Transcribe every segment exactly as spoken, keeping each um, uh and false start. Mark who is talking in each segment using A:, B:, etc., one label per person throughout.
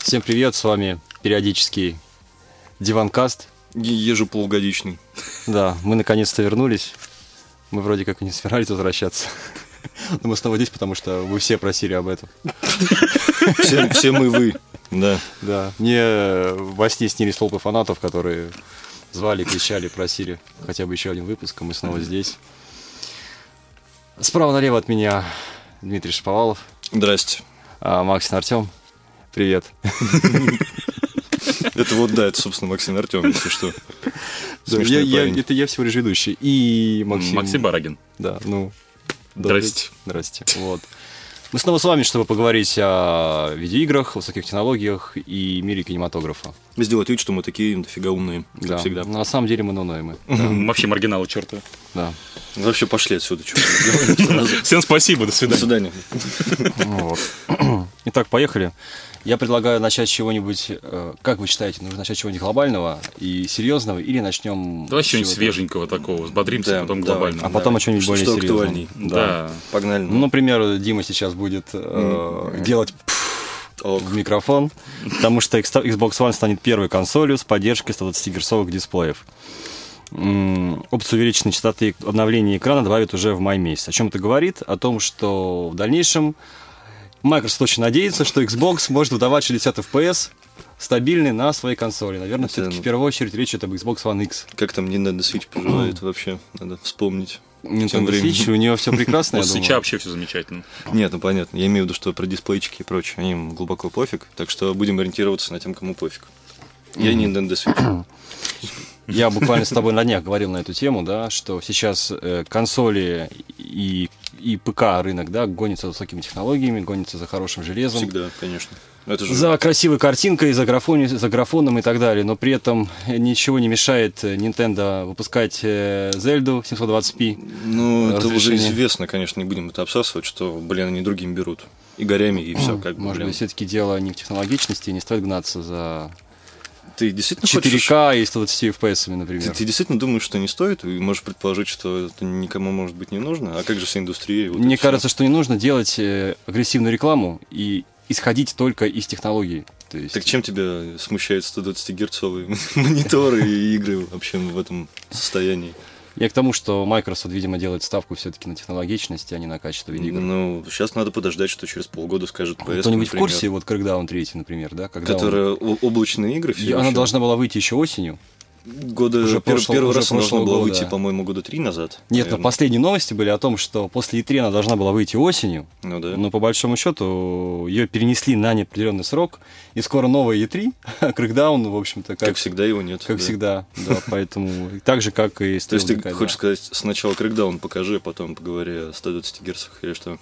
A: Всем привет, с вами периодический Диванкаст.
B: Ежеполугодичный.
A: Да, мы наконец-то вернулись. Мы вроде как и не собирались возвращаться. Но мы снова здесь, потому что вы все просили об этом.
B: Все, все мы вы, да.
A: Да. Мне во сне снились толпы фанатов, которые звали, кричали, просили хотя бы еще один выпуск, а мы снова здесь. Справа налево от меня Дмитрий Шаповалов.
B: Здрасте.
A: А Максим Артем. Привет.
B: Это вот, да, это, собственно, Максим Артем, если что.
A: Да, я, я, это я всего лишь ведущий. И Максим...
C: Максим Барагин.
A: Да, ну...
C: Здрасте.
A: Здрасте. Вот. Мы снова с вами, чтобы поговорить о видеоиграх, высоких технологиях и мире кинематографа.
B: Сделать вид, что мы такие дофига умные, как
A: да.
B: всегда.
A: На самом деле мы ноноемы.
C: Да. Вообще маргиналы чертовы.
A: Да.
B: Вообще пошли отсюда.
C: Всем спасибо, до свидания.
B: До свидания.
A: Итак, поехали. Я предлагаю начать с чего-нибудь, как вы считаете, нужно начать с чего-нибудь глобального и серьезного, или начнем...
C: Давай с чего-нибудь свеженького такого, взбодримся,
B: да,
C: потом
B: давай.
C: глобального.
A: А потом
B: да.
A: о чем-нибудь
B: что,
A: более
B: что
A: серьезном.
B: актуальней.
A: Да.
C: Да.
B: Погнали.
A: Ну, например, Дима сейчас будет э, mm-hmm. делать
B: Ок.
A: в микрофон, потому что Xbox One станет первой консолью с поддержкой сто двадцатигерцовых дисплеев. М-м, опцию увеличенной частоты обновления экрана добавят уже в мае месяце. О чем это говорит? О том, что в дальнейшем Microsoft очень надеется, что Xbox может выдавать шестьдесят эф пи эс стабильный на своей консоли. Наверное, это, все-таки ну, в первую очередь речь идет об Xbox One X.
B: Как там Nintendo Switch поживает вообще? Надо вспомнить.
A: Nintendo Switch, у него все прекрасно, я думаю.
C: У Switch вообще все замечательно.
B: Нет, ну понятно. Я имею в виду, что про дисплейчики и прочее, им глубоко пофиг. Так что будем ориентироваться на тем, кому пофиг. Я Nintendo Switch.
A: Я буквально с тобой на днях говорил на эту тему, да, что сейчас э, консоли и, и ПК рынок, да, гонится за высокими технологиями, гонится за хорошим железом.
B: Всегда, конечно. Это же...
A: За красивой картинкой, за, графони, за графоном и так далее. Но при этом ничего не мешает Nintendo выпускать э, Зельду семьсот двадцать пи.
B: Ну, это уже известно, конечно, не будем это обсасывать, что, блин, они другим берут. И горями, и все. Как,
A: Может
B: блин.
A: быть, все-таки дело не в технологичности, не стоит гнаться за...
B: Ты действительно
A: четыре ка
B: хочешь...
A: и сто двадцать эф пи эс, например.
B: Ты, ты действительно думаешь, что не стоит, и можешь предположить, что это никому, может быть, не нужно? А как же вся индустрия? Вот
A: Мне кажется, все? что не нужно делать агрессивную рекламу и исходить только из технологий. То есть...
B: Так чем тебя смущают сто двадцатигерцовые мониторы и игры вообще в этом состоянии?
A: Я к тому, что Microsoft, видимо, делает ставку все-таки на технологичность, а не на качество видеоигр.
B: Ну, сейчас надо подождать, что через полгода скажет пи эс.
A: Кто-нибудь в курсе, вот Crackdown три, например, да? Когда
B: Которая
A: он...
B: облачные игры?
A: Все она вообще? Должна была выйти еще осенью.
B: Года...
A: Уже
B: Пер...
A: прошлого,
B: Первый
A: уже
B: раз она должна была
A: года.
B: выйти, по-моему, года три назад.
A: Нет,
B: наверное.
A: но последние новости были о том, что после и три она должна была выйти осенью.
B: Ну да.
A: Но по большому счету ее перенесли на неопределенный срок. И скоро новая и три, а Crackdown, в общем-то, как...
B: Как всегда его нет.
A: Как да. всегда, да, поэтому... Так же, как и...
B: То есть ты хочешь сказать, сначала Crackdown покажи, а потом поговори о сто двадцати герцах или что?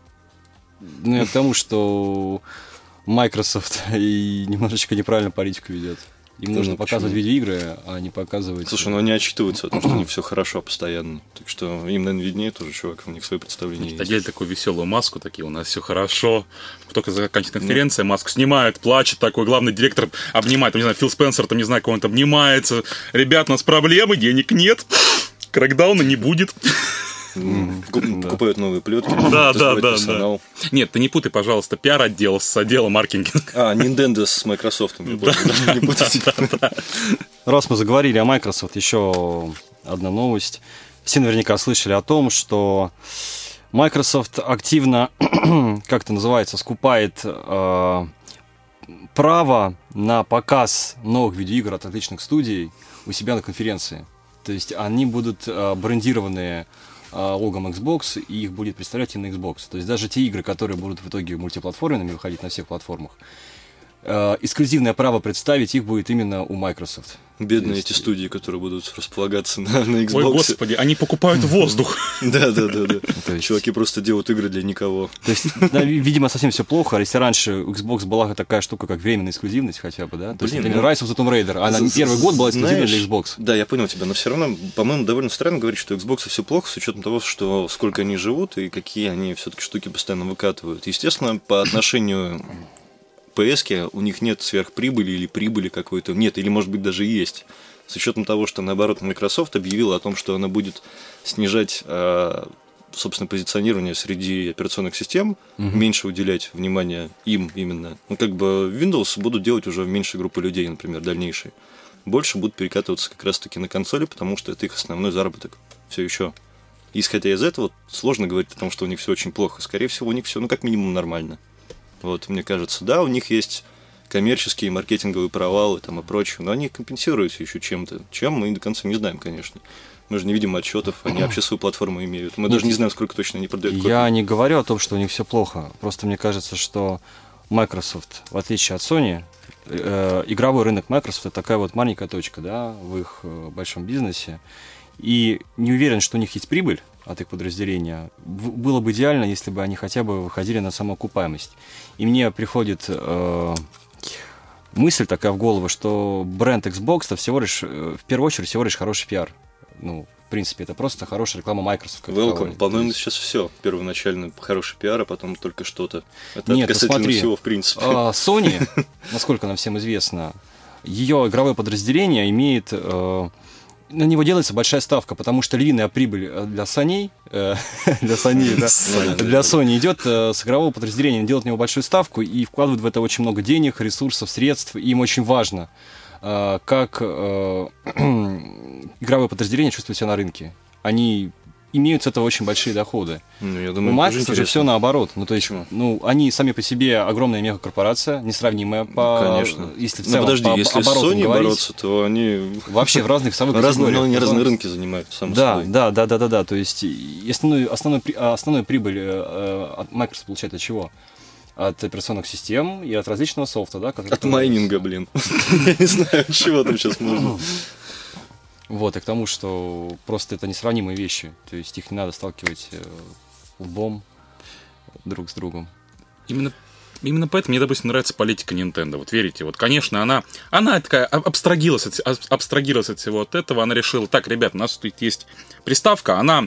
A: Ну, я к тому, что Microsoft и немножечко неправильно политику ведет. Им нужно показывать видеоигры, а не показывать...
B: Слушай, ну они отчитываются о том, что у них все хорошо постоянно. Так что им, наверное, виднее тоже, чувак, у них свои представления есть.
C: Одели такую веселую маску, такие, у нас все хорошо. Только заканчивается конференция, маску снимают, плачет такой, главный директор обнимает, там, не знаю, Фил Спенсер, там, не знаю, кого он там обнимается. Ребят, у нас проблемы, денег нет, Крэкдауна не будет.
B: Mm-hmm. Покупают новые плетки.
C: Да, да, да, да. Нет, ты не путай, пожалуйста, пиар-отдел с отделом маркетинга.
B: А, Nintendo с Microsoft. Не путайте.
A: Раз мы заговорили о Microsoft, еще одна новость. Все наверняка слышали о том, что Microsoft активно, как это называется, скупает э, право на показ новых видеоигр от различных студий у себя на конференции. То есть они будут э, брендированные логом Xbox, и их будет представлять именно Xbox. То есть даже те игры, которые будут в итоге мультиплатформенными, выходить на всех платформах, э, эксклюзивное право представить их будет именно у Microsoft.
B: Бедные есть... эти студии, которые будут располагаться на, на Xbox.
C: Ой, господи, они покупают воздух.
B: Да, да, да, да. Чуваки просто делают игры для никого.
A: То есть, видимо, совсем все плохо. Если раньше у Xbox была такая штука, как временная эксклюзивность хотя бы, да? То есть, например, Rise of the Tomb Raider, она первый год была эксклюзивна для Xbox.
B: Да, я понял тебя, но все равно, по-моему, довольно странно говорить, что Xbox все плохо, с учетом того, что сколько они живут и какие они все-таки штуки постоянно выкатывают. Естественно, по отношению пи эс-ки у них нет сверхприбыли или прибыли какой-то. Нет, или, может быть, даже есть. С учетом того, что, наоборот, Microsoft объявила о том, что она будет снижать э, собственно, позиционирование среди операционных систем, угу. меньше уделять внимания им именно. Ну, как бы Windows будут делать уже в меньшей группе людей, например, дальнейшие. Больше будут перекатываться как раз-таки на консоли, потому что это их основной заработок. Все еще. Исходя из этого, сложно говорить о том, что у них все очень плохо. Скорее всего, у них все, ну, как минимум, нормально. Вот, мне кажется, да, у них есть коммерческие, маркетинговые провалы там, и прочее, но они компенсируются еще чем-то. Чем, мы до конца не знаем, конечно. Мы же не видим отчетов, они вообще свою платформу имеют. Мы Нет, даже не знаем, сколько точно они продают.
A: Я копий. не говорю о том, что у них все плохо. Просто мне кажется, что Microsoft, в отличие от Sony, э, игровой рынок Microsoft — это такая вот маленькая точка, да, в их э, большом бизнесе. И не уверен, что у них есть прибыль от их подразделения. В- было бы идеально, если бы они хотя бы выходили на самоокупаемость. И мне приходит э, мысль такая в голову, что бренд Xbox — это всего лишь, э, в первую очередь, всего лишь хороший пиар. Ну, в принципе, это просто хорошая реклама Microsoft.
B: Welcome. По-моему, есть... сейчас все. Первоначально хороший пиар, а потом только что-то. Это
A: Нет,
B: касательно
A: ну, смотри,
B: всего, в принципе.
A: Sony, насколько нам всем известно, ее игровое подразделение имеет... Э, на него делается большая ставка, потому что львиная прибыль для Sony, э, для Sony, да, для Sony идет э, с игрового подразделения, делает на него большую ставку и вкладывает в это очень много денег, ресурсов, средств, и им очень важно, э, как э, игровое подразделение чувствует себя на рынке. Они имеют с этого очень большие доходы.
B: Ну, я думаю,
A: у Microsoft же все наоборот. Ну, то есть, ну, они сами по себе огромная мегакорпорация, несравнимая по...
B: Конечно.
A: Если в целом
B: Но подожди,
A: по
B: если с Sony
A: говорить,
B: бороться, то они...
A: Вообще в разных весовых
B: разные,
A: категориях.
B: но они разные рынки занимают, само
A: да,
B: собой.
A: Да, да, да, да, да. То есть, основную, основную, основную прибыль э, от Microsoft получает от чего? От операционных систем и от различного софта, да? Который...
B: От майнинга, блин. Я не знаю, чего там сейчас можно.
A: Вот, и к тому, что просто это несравнимые вещи. То есть их не надо сталкивать э, лбом друг с другом.
C: Именно, именно поэтому мне, допустим, нравится политика Nintendo. Вот верите, вот, конечно, она, она такая абстрагировалась от, абстрагировалась от всего от этого. Она решила, так, ребят, у нас тут есть приставка, она,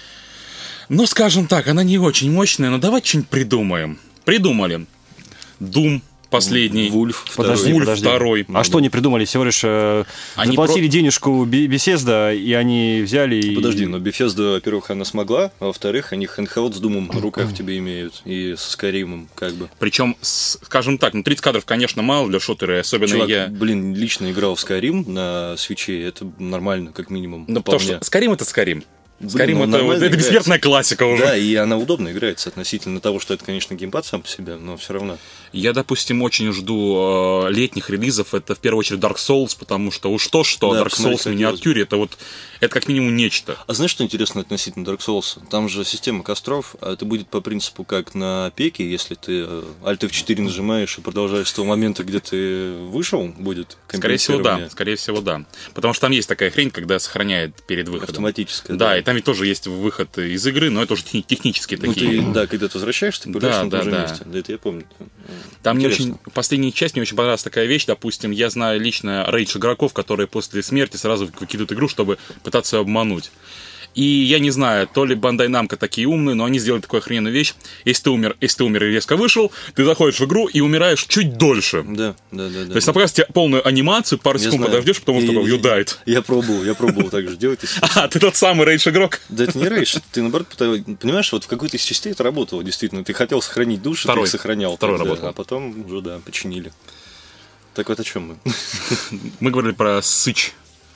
C: ну, скажем так, она не очень мощная, но давайте что-нибудь придумаем. Придумали. Doom. Последний.
B: Вульф
A: подожди,
C: Вульф
A: подожди.
C: второй.
A: А ну, что они придумали? Всего лишь э,
C: они
A: заплатили
C: про...
A: денежку Bethesda, и они взяли и...
B: Подожди, но Bethesda, во-первых, она смогла, а во-вторых, они handheld с Думом на руках тебе имеют, и с Skyrim'ом, как бы.
C: Причем, скажем так, ну тридцать кадров, конечно, мало для шутера, особенно
B: Чувак,
C: я...
B: блин, лично играл в Skyrim на свитче, это нормально, как минимум.
C: Ну, потому что Skyrim — это Skyrim. Skyrim
B: Блин,
C: это, это, это бессмертная классика уже.
B: Да, и она удобно играется относительно того, что это, конечно, геймпад сам по себе, но все равно.
C: Я, допустим, очень жду э, летних релизов. Это в первую очередь Dark Souls, потому что уж то, что да, Dark Souls в миниатюре, это вот это как минимум нечто.
B: А знаешь, что интересно относительно Dark Souls? Там же система костров, а это будет по принципу как на пеке, если ты Alt эф четыре нажимаешь и продолжаешь с того момента, где ты вышел, будет
C: Скорее всего, да. Скорее всего, да. Потому что там есть такая хрень, когда сохраняет перед выходом.
B: Автоматическая.
C: Да,
B: да,
C: и там ведь тоже есть выход из игры, но это уже технические
B: ну,
C: такие.
B: Ты, да, когда ты возвращаешься, ты появляешься
C: да,
B: на том
C: да,
B: же
C: да.
B: месте. Да, это я помню.
C: Там мне
B: интересно.
C: очень... Последняя часть мне очень понравилась такая вещь. Допустим, я знаю лично рейдж игроков, которые после смерти сразу выкидывают игру, чтобы пытаться обмануть. И я не знаю, то ли Bandai Namco такие умные, но они сделали такую охрененную вещь. Если ты умер, если ты умер и резко вышел, ты заходишь в игру и умираешь чуть дольше.
B: Да, да, да.
C: То
B: да,
C: есть,
B: да.
C: например, тебе полную анимацию, пару
B: Я
C: секунд
B: знаю.
C: подождешь, потому что you died.
B: Я пробовал, я пробовал так же делать.
C: А, ты тот самый рейдж-игрок?
B: Да это не рейдж, ты наоборот, понимаешь, вот в какой-то из частей это работало, действительно. Ты хотел сохранить души, ты их сохранял.
C: Второй
B: тогда,
C: работал.
B: А потом уже, да, починили. Так вот о чем мы?
C: Мы говорили про Сыч,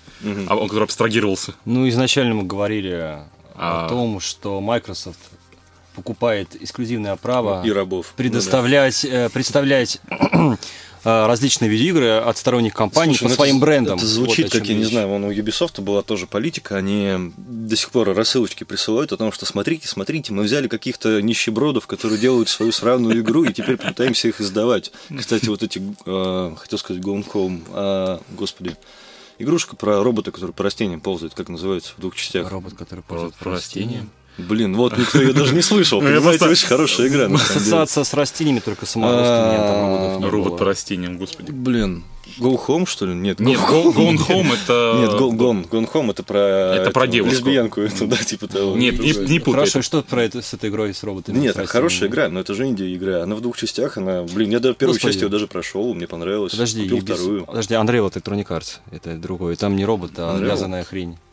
C: а он, который абстрагировался.
A: Ну, изначально мы говорили
C: А.
A: о том, что Microsoft покупает эксклюзивное право
B: И рабов.
A: предоставлять, э, представлять э, различные видеоигры от сторонних компаний.
B: Слушай,
A: по
B: ну
A: своим
B: это,
A: брендам.
B: Это звучит,
A: Вот о
B: как,
A: чем
B: я не
A: речь.
B: знаю, вон у Ubisoft была тоже политика, они до сих пор рассылочки присылают о том, что смотрите, смотрите, мы взяли каких-то нищебродов, которые делают свою сраную игру, и теперь пытаемся их издавать. Кстати, вот эти, э, хотел сказать, Gone Home, а, господи, игрушка про робота, который по растениям ползает, как называется, в двух частях.
A: Робот, который
C: Про,
A: ползает
C: про растения.
B: Блин, вот никто ее даже не слышал. Понимаете, очень хорошая игра. на самом деле.
A: Ассоциация с растениями, только саморостами, нет, там роботов не
C: Робот
A: было.
C: по растениям, господи.
B: Блин, Go Home, что ли? Нет,
C: Нет, Go- Gone Home это...
B: Нет, Go- Gone, Gone Home это про...
C: Это про
B: эту,
C: девушку.
B: лесбиянку эту, да, типа того.
C: Нет, не, не путай.
A: Хорошо, что про это с этой игрой с роботами?
B: Нет,
A: с растениями?
B: хорошая игра, но это же инди-игра. Она в двух частях, она... Блин, я даже первую
A: Господи.
B: часть ее даже прошел, мне понравилось.
A: Подожди,
B: Купил
A: Ubisoft-
B: вторую.
A: Подожди, Unreal Electronic Arts, это другое. Там не робот, а
B: Unreal?
A: вязаная хрень.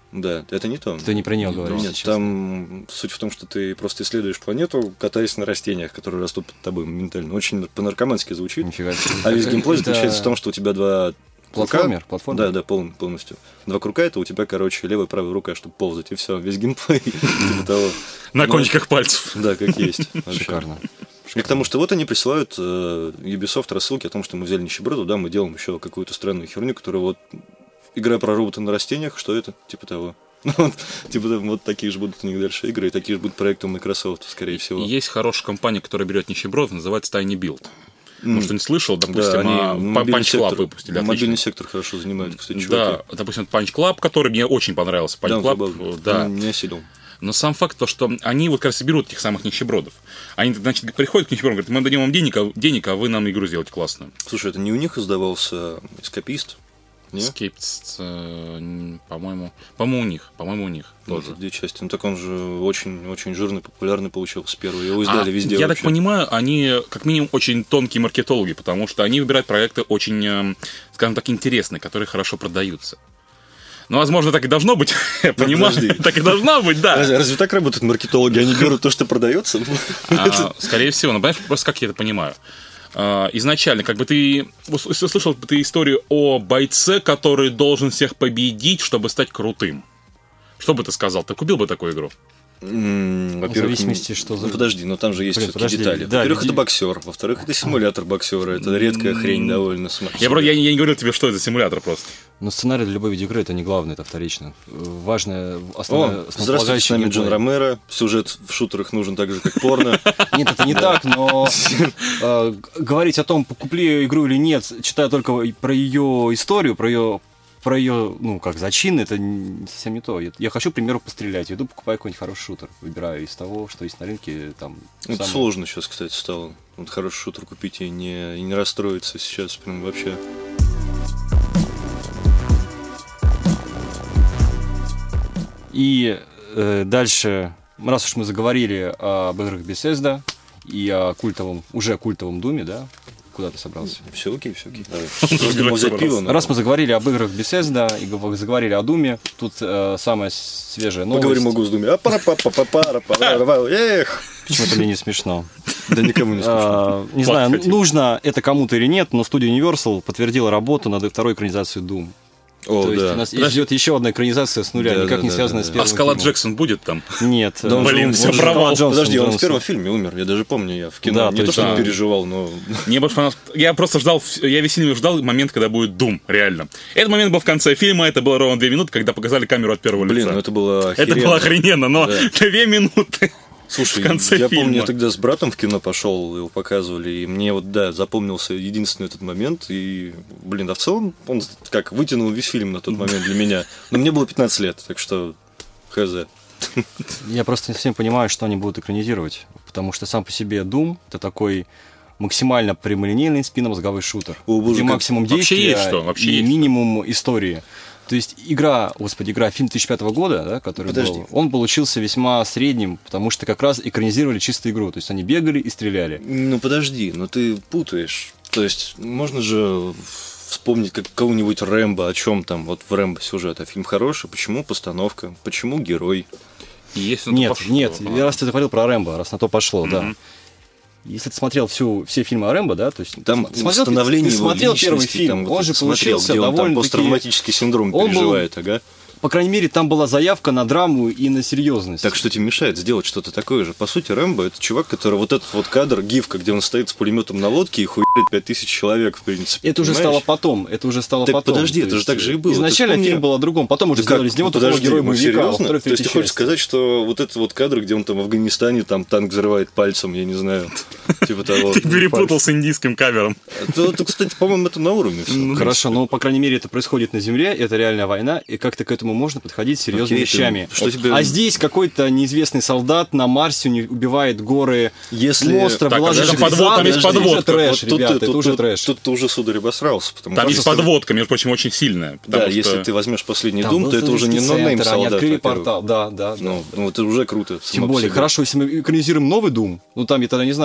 B: Да, это не то.
A: Ты не про нее
C: Нет,
A: говоришь
B: Нет,
A: сейчас.
B: там суть в том, что ты просто исследуешь планету, катаясь на растениях, которые растут под тобой моментально. Очень по-наркомански звучит.
A: Нифига себе.
B: А весь геймплей
A: Это
B: заключается в том, что у тебя два
A: Платформер?
B: круга.
A: Платформер?
B: Да, да, пол- полностью. Два круга, это у тебя, короче, левая и правая рука, чтобы ползать, и все, весь геймплей. Типа того.
C: На
B: Ну,
C: кончиках пальцев.
B: Да, как есть. вообще.
A: Шикарно.
B: И к тому, что вот они присылают э, Ubisoft рассылки о том, что мы взяли нищеброду, да, мы делаем еще какую-то странную херню, которая вот игра про робота на растениях, что это? Типа того. Ну, вот, типа вот такие же будут у них дальше игры, и такие же будут проекты у Microsoft, скорее всего.
C: Есть хорошая компания, которая берет нищебродов, называется Tiny Build. Может, не слышал,
B: Да,
C: допустим,
B: они
C: а,
B: мобильный
C: Punch Club
B: сектор-
C: выпустили.
B: Мобильный
C: Отлично.
B: сектор хорошо занимает, кстати, чуваки.
C: Да, допустим, Punch Club, который мне очень понравился. Punch
B: Да,
C: Club,
B: забавно.
C: да.
B: Не осилил.
C: Но сам факт то, что они вот как раз и берут этих самых нищебродов. Они, значит, приходят к нищебродам, говорят, мы дадим вам денег, а, денег, а вы нам игру сделаете классную.
B: Слушай, это не у них издавался эскапист? Не?
C: Скептс, э, по-моему, по-моему, у них, по-моему, у них
B: Ну,
C: тоже.
B: две части. Ну, так он же очень-очень жирный, популярный получился первый. Его издали
C: А,
B: везде
C: я
B: вообще.
C: так понимаю, они как минимум очень тонкие маркетологи, потому что они выбирают проекты очень, э, скажем так, интересные, которые хорошо продаются. Ну, возможно, так и должно быть. Я понимаю,
B: подожди.
C: так и должно быть, да.
B: Разве, разве так работают маркетологи? Они берут то, что продается?
C: А, скорее всего, но понимаешь, просто как я это понимаю. А, изначально, как бы ты ус- слышал бы ты историю о бойце, который должен всех победить, чтобы стать крутым. Что бы ты сказал? Ты купил бы такую игру?
B: М, Во-первых,
A: В зависимости, что за-
B: Ну, подожди, но там же есть
A: Блин,
B: все-таки
A: подожди,
B: детали.
A: да,
B: Во-первых,
A: ведь-
B: это боксер. Во-вторых, это симулятор боксера. Это редкая хрень довольно. см-
C: Я, просто, я, не- я не говорил тебе, что это за симулятор просто.
A: Но сценарий для любой видеоигры это не главное, это вторично. Важное,
B: О,
A: основное,
B: здравствуйте, с
A: основополагающий
B: нами Джон
A: геймплей.
B: Ромеро. Сюжет в шутерах нужен так же, как порно.
A: Нет, это не так, но э, г- говорить о том, куплю я игру или нет, читая только про ее историю, про ее про ее, ну, как зачин, это не- совсем не то. Я, я хочу, к примеру, пострелять. Иду, покупаю какой-нибудь хороший шутер. Выбираю из того, что есть на рынке. Там,
B: Это
A: самое-
B: сложно сейчас, кстати, стало. Вот хороший шутер купить и не, и не расстроиться сейчас прям вообще.
A: И э, дальше, раз уж мы заговорили об играх Bethesda и о культовом, уже культовом Думе, да? Куда ты собрался?
B: Все окей, все окей. Давай. Просто думал взять пиво, но-
A: Раз мы заговорили об играх Bethesda и гов- заговорили о Думе, тут э, самая свежая новость.
B: Поговорим о Госдуме. А пара пара пара пара пара Эх!
A: Почему-то мне не смешно.
B: Да никому не смешно.
A: А, Не знаю,
C: хотим.
A: нужно это кому-то или нет, но студия Universal подтвердила работу над второй экранизацией Doom.
B: О,
A: То есть
B: да.
A: у нас ждет еще одна экранизация с нуля,
B: Да,
A: никак
B: да,
A: не
B: да,
A: связанная
B: да,
A: с
B: да.
A: первым
C: А Скала
A: фильмом.
C: Джексон будет там?
A: Нет.
B: Да, он же-
C: Блин,
B: он
C: всё
B: же-
C: провал.
A: Джонсон,
B: Подожди, он в
A: Джонсон.
B: первом фильме умер, я даже помню, я в кино.
A: Да,
B: не то,
A: точно.
B: что переживал, но...
C: Мне больше понравилось. Я просто ждал, я весь фильм ждал момент, когда будет Doom, реально. Этот момент был в конце фильма, это было ровно две минуты, когда показали камеру от первого
B: Блин,
C: лица.
B: ну это было
C: Это
B: охеренно.
C: было охрененно, но
B: Да.
C: две минуты.
B: Слушай,
C: в конце
B: я
C: фильма.
B: помню, я тогда с братом в кино пошел, его показывали, и мне вот, да, запомнился единственный этот момент, и, блин, а в целом он как вытянул весь фильм на тот момент для меня. Но мне было пятнадцать лет, так что хз.
A: Я просто не совсем понимаю, что они будут экранизировать, потому что сам по себе Doom — это такой максимально прямолинейный спинномозговой шутер,
B: О, боже,
A: где
B: как-
A: максимум
C: Вообще
A: действия
C: есть что, вообще
A: и
C: есть
A: минимум истории. То есть игра, господи, игра, фильм две тысячи пятого года, да, который
B: Подожди.
A: был, он получился весьма средним, потому что как раз экранизировали чисто игру. То есть они бегали и стреляли.
B: Ну подожди, но ты путаешь. То есть можно же вспомнить как кого-нибудь Рэмбо, о чем там, вот в Рэмбо сюжет, а фильм хороший, почему постановка, почему герой?
C: И если на то
A: Нет,
C: пошло-
A: нет,
C: Ага.
A: раз ты говорил про Рэмбо, раз на то пошло, да. Если ты смотрел всю, все фильмы о Рэмбо, да, то есть
B: Там
A: ты смотрел,
B: становление
A: ты
B: его
A: смотрел первый
B: личности,
A: фильм,
B: там вот
A: он же
B: смотрел,
A: получился
B: где он там
A: довольно-таки...
B: посттравматический синдром
A: Он был-
B: переживает, ага.
A: По крайней мере, там была заявка на драму и на серьезность.
B: Так что тебе мешает сделать что-то такое же? По сути, Рэмбо — это чувак, который вот этот вот кадр, гифка, где он стоит с пулеметом на лодке и хуярит пять тысяч человек, в принципе.
A: Это уже
B: понимаешь?
A: стало потом, это уже стало
B: Так
A: потом.
B: подожди,
A: То
B: это же
A: есть,
B: так же и было.
A: Изначально
B: Ты вспомни-
A: фильм был о другом, потом уже
B: Да
A: сделали
B: как?
A: из него
B: Ну,
A: такого
B: подожди,
A: героя
B: ну,
A: боевика. во
B: серьезно?
A: второй,
B: То есть ты
A: третьей
B: хочешь
A: части.
B: сказать, что вот этот вот кадр, где он там в Афганистане там танк взрывает пальцем, я не знаю, типа того.
C: Ты перепутал с индийским кавером.
B: Это, это, кстати, по-моему, это на уровне все.
A: Хорошо, но, по крайней мере, это происходит на Земле, это реальная война, и как-то к этому можно подходить серьезными
B: Окей, ты-
A: вещами.
B: что тебе-
A: А здесь какой-то неизвестный солдат на Марсе уни- убивает горы
B: Если-
A: монстров,
C: Так, а
A: вылазит
C: там
A: из
C: подвод, там
A: ада.
C: есть
A: Это уже
C: подводка.
A: трэш,
B: Вот тут
A: ребята,
B: ты-
A: это
B: тут-
A: уже
B: тут-
A: трэш.
B: Тут ты уже, сударь, обосрался. Потому
C: Там
B: что
C: есть
B: если-
C: подводка, между прочим, очень сильная.
B: Да,
C: потому
B: если
C: что-
B: ты возьмешь последний
A: Там
B: Дум,
A: был
B: то это уже не
A: исследовательский
B: нонейм
A: центр, они
B: солдат.
A: открыли
B: во-первых.
A: портал, да, да, да.
B: Ну, ну, это уже круто. само
A: Тем
B: по
A: более,
B: себе.
A: хорошо, если мы экранизируем новый Doom, ну там я тогда не знаю, что,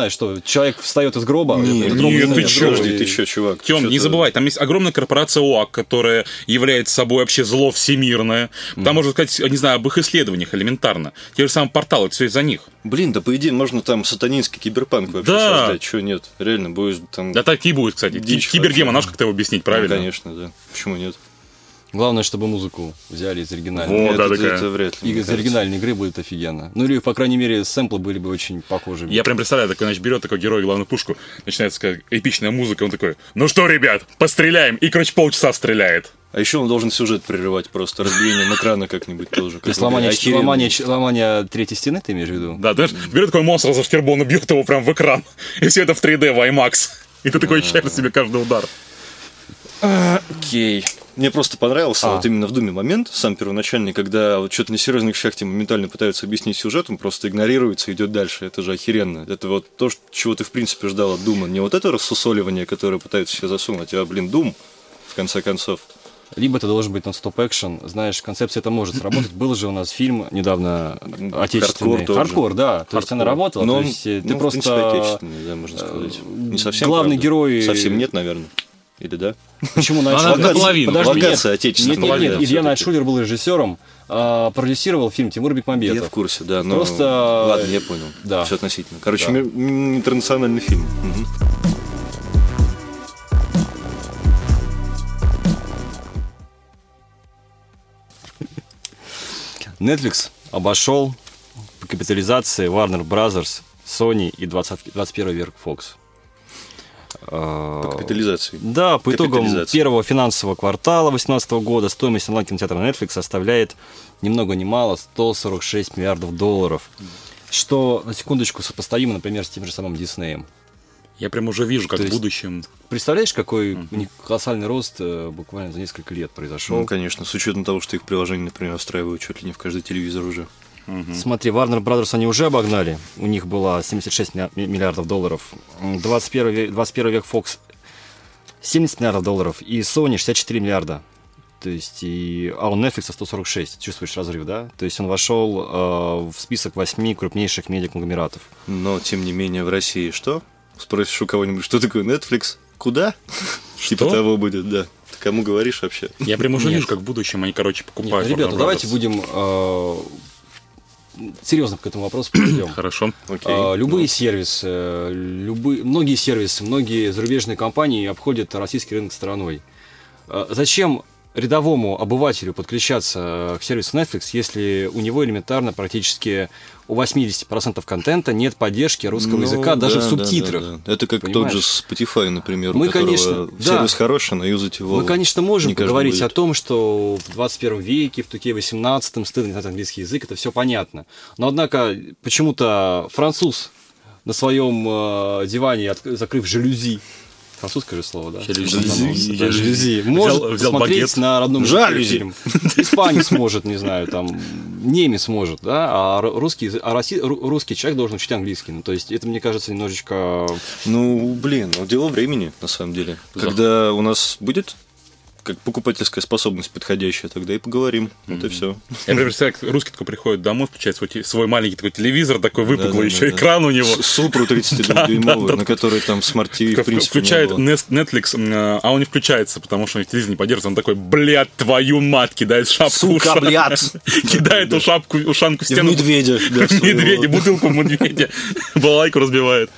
A: человек встает из гроба.
B: Нет,
A: из
C: нет,
A: гроба
C: ты
A: встает из
C: чё,
A: гроба
B: Подожди,
A: и-
B: ты чё, чувак?
C: Тём,
B: Чё
C: не
B: ты-
C: забывай, там есть огромная корпорация ОАК, которая является собой вообще зло всемирное. Там можно сказать, не знаю, об их исследованиях элементарно. Те же самые порталы, это все из-за них.
B: Блин, да по идее можно там сатанинский киберпанк вообще
C: Да.
B: создать. Чего нет? Реально, будет там...
C: Да так и будет, кстати.
B: Дичь
C: Кибергема,
B: вообще.
C: знаешь, как это объяснить,
B: Ну,
C: правильно?
B: конечно, да. Почему нет?
A: Главное, чтобы музыку взяли из оригинальной.
C: Вот, да,
B: это,
C: такая.
B: это вряд ли.
A: И
B: мне
A: из
B: кажется.
A: оригинальной игры будет офигенно. Ну или, по крайней мере, сэмплы были бы очень похожи.
C: Я прям представляю, такой, значит, берет такой герой главную пушку, начинается такая эпичная музыка, он такой, ну что, ребят, постреляем, и, короче, полчаса стреляет.
B: А еще он должен сюжет прерывать просто разбиением экрана как-нибудь тоже.
A: То есть ломание, ломание, ломание третьей стены, ты имеешь в виду?
C: Да, ты знаешь, берет такой монстр за шкербон и бьет его прям в экран, и все это в три дэ, в IMAX. И ты такой ощущаешь себе каждый удар.
B: Окей. Мне просто понравился
A: А.
B: вот именно в Думе момент, сам первоначальный, когда вот что-то на серьезных вещах тебе моментально пытаются объяснить сюжет, он просто игнорируется и идет дальше. Это же охеренно. Это вот то, что- чего ты в принципе ждал от Дума. Не вот это рассусоливание, которое пытаются себе засунуть, а, блин, Дум, в конце концов.
A: Либо это должен быть нон-стоп экшен. Знаешь, концепция это может сработать. Был же у нас фильм недавно отечественный.
B: Хардкор тоже.
A: Хардкор, да. То есть она работала.
B: Но
A: То
B: он,
A: есть э, ты
B: ну, в
A: просто...
B: принципе, отечественный, да, можно сказать. Не совсем,
A: главный
B: правда.
A: герой-
B: Совсем нет, наверное. Или да?
A: Почему
C: Она
A: начал?
C: наполовину.
A: Подожди, нет.
B: Локация отечественная.
A: Нет, нет, нет.
B: да,
A: Илья
B: всё-таки.
A: Найтшулер был режиссером, а, продюсировал фильм Тимур
B: Я
A: Бекмамбетов.
B: в курсе, да, но...
A: Просто-
B: Ладно, я понял.
A: Да.
B: Все относительно. Короче,
A: Да.
B: ми- м, интернациональный фильм. Мгм.
A: Netflix обошел по капитализации Warner Brothers, Sony и двадцать, двадцать первый век Fox. А,
B: По капитализации.
A: Да, по итогам
B: Капитализация.
A: первого финансового квартала две тысячи восемнадцатого года стоимость онлайн-кинотеатра Netflix составляет ни много ни мало сто сорок шесть миллиардов долларов. Что, на секундочку, сопоставимо, например, с тем же самым Диснеем.
C: Я прям уже вижу, как
A: То
C: в
A: есть-
C: будущем.
A: Представляешь, какой у них колоссальный рост э, буквально за несколько лет произошел?
B: Ну, конечно, с учетом того, что их приложение, например, встраивают чуть ли не в каждый телевизор уже.
A: Смотри, Warner Brothers они уже обогнали. У них было семьдесят шесть милля- миллиардов долларов. двадцать первый век, двадцать первый век Fox семьдесят миллиардов долларов. И Sony шестьдесят четыре миллиарда. То есть, и... а у Netflix сто сорок шесть. Чувствуешь разрыв, да? То есть он вошел э, в список восьми крупнейших медиаконгломератов.
B: Но, тем не менее, в России что? Спросишь у кого-нибудь, что такое Netflix? Куда? Типа того будет, да. Ты кому говоришь вообще?
C: Я прям уже
A: Нет.
C: вижу, как в будущем они, короче,
A: Нет,
C: покупают.
A: ребята,
C: Warner
A: давайте
C: Brothers.
A: будем э, серьезно к этому вопросу подойдем.
C: Хорошо.
B: Окей.
A: А, любые
B: Ну,
A: сервисы, э, любые, многие сервисы, многие зарубежные компании обходят российский рынок стороной. А, Зачем рядовому обывателю подключаться к сервису Netflix, если у него элементарно практически у восемьдесят процентов контента нет поддержки русского
B: ну,
A: языка даже
B: да,
A: в
B: да,
A: субтитрах?
B: да, да. Это как
A: Понимаешь?
B: тот же Spotify, например,
A: Мы,
B: у которого
A: конечно,
B: сервис
A: да.
B: хороший, но юзать его
A: Мы, конечно, можем
B: не каждый
A: поговорить
B: будет.
A: о том, что в двадцать первом веке, в Туке восемнадцатом стыдно знать английский язык, это все понятно. Но, однако, почему-то француз на своем э, диване, от- закрыв жалюзи, французское же слово, да?
C: Жалюзи.
A: Да, жалюзи. Может
C: Взял- взял
A: посмотреть
C: багет.
A: на родном языке
B: Жалюзи.
A: фильм. Испанец может, не знаю, там, немец может, да, а р- русский, язы- а роси- ру- русский человек должен учить английский. Ну, то есть, это, мне кажется, немножечко...
B: Ну, блин, ну, дело времени, на самом деле. Когда у нас будет как покупательская способность подходящая, тогда и поговорим. Вот и все.
C: Я прям представляю, как русский такой приходит домой, включает свой, те- свой маленький такой телевизор, такой выпуклый,
B: Да-да-да,
C: еще
B: да.
C: экран у него.
B: Супру тридцатидвухдюймовый, на который там Smart ти ви в
C: Такой
B: принципе не
C: включает
B: было.
C: Nes- Netflix, м, а он не включается, потому что у них телевизор не поддерживается. Он такой, блядь, твою мать, кидает шапку.
B: Сука,
C: ушан-
B: блядь.
C: Кидает
B: Да-да-да.
C: ушапку, ушанку в
B: И в
C: стену.
B: медведя. да,
C: В медведя,
B: своего.
C: бутылку в медведя, балалайку разбивает.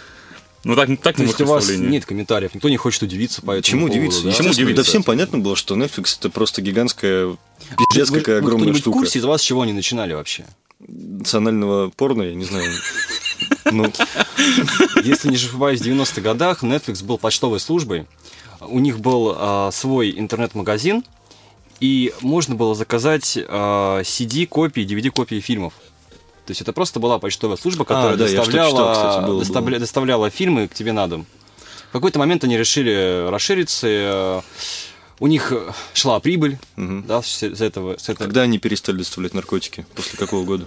C: Ну так, так
A: То
C: на
A: есть, у вас
C: представление.
A: нет комментариев, никто не хочет удивиться по этому
B: Чему
A: поводу,
B: удивиться?
A: да?
C: Чему
B: Естественно,
C: удивиться?
B: Да всем понятно было, что Netflix это просто гигантская, пиздец,
A: Вы-
B: какая
A: вы
B: огромная
A: кто-нибудь
B: штука.
A: в курсе, из вас с чего они начинали вообще?
B: Национального порно, я не знаю. Ну,
A: Если не ошибаюсь, в девяностых годах Netflix был почтовой службой. У них был а, свой интернет-магазин, и можно было заказать а, си ди-копии, ди ви ди-копии фильмов. То есть это просто была почтовая служба, которая
B: А, да, я что-то
A: доставляла,
B: читал, кстати, было,
A: доставля-
B: было.
A: доставляла фильмы к тебе на дом. В какой-то момент они решили расшириться. э, У них шла прибыль,
B: Мгм.
A: да, с, с этого, с этого-
B: когда они перестали доставлять наркотики? После какого года?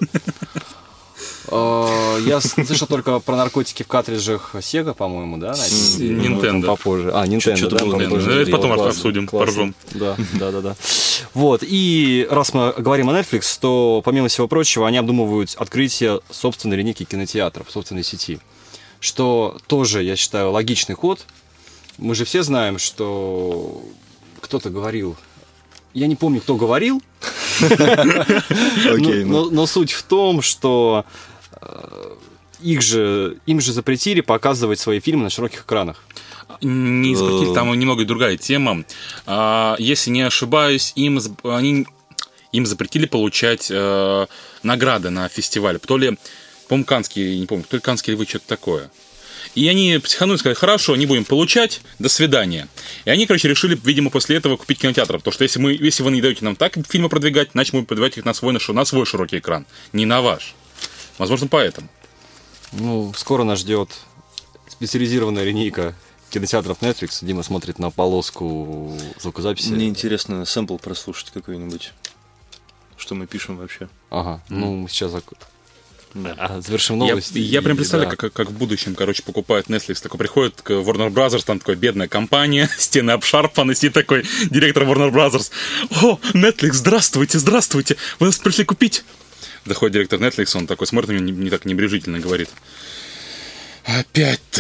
A: Э, Я слышал только про наркотики в картриджах Sega, по-моему, да? Настя?
B: М,
A: Или
C: Nintendo.
A: там попозже. А, Nintendo,
B: Что-то
A: да?
B: было,
A: по-моему,
B: наверное,
A: тоже.
C: это потом
A: Классно,
C: обсудим,
A: классно.
C: поржем.
A: Да, да, да, да. Вот, и раз мы говорим о Netflix, то, помимо всего прочего, они обдумывают открытие собственной линейки кинотеатров, собственной сети. что тоже, я считаю, логичный ход. Мы же все знаем, что кто-то говорил, я не помню, кто говорил, но суть в том, что их же, им же запретили показывать свои фильмы на широких экранах.
C: Не запретили, там немного другая тема. Если не ошибаюсь, им, они, им запретили получать э, награды на фестивале. То ли, по-моему, Каннский, не помню, то ли Каннский или вы, что-то такое. И они психанули и сказали, хорошо, не будем получать, до свидания. И они, короче, решили, видимо, после этого купить кинотеатр. Потому что если, мы, если вы не даете нам так фильмы продвигать, значит, мы будем продвигать их на свой, на свой широкий экран, не на ваш. Возможно, поэтому.
A: Ну, скоро нас ждет специализированная линейка кинотеатров Netflix. Дима смотрит на полоску звукозаписи.
B: Мне интересно сэмпл прослушать какой-нибудь. Что мы пишем вообще.
A: Ага, mm. ну, мы сейчас
B: да.
A: а, завершим новость.
C: Я, я прям представляю, да. как, как в будущем, короче, покупают Netflix. Такой приходит к Warner Brothers, там такой бедная компания, стены обшарпаны, сидит такой директор Warner Brothers. О, Netflix, здравствуйте, здравствуйте, вы нас пришли купить? Заходит директор Netflix, он такой смотрит на меня не, не так небрежительно, говорит. Опять ты.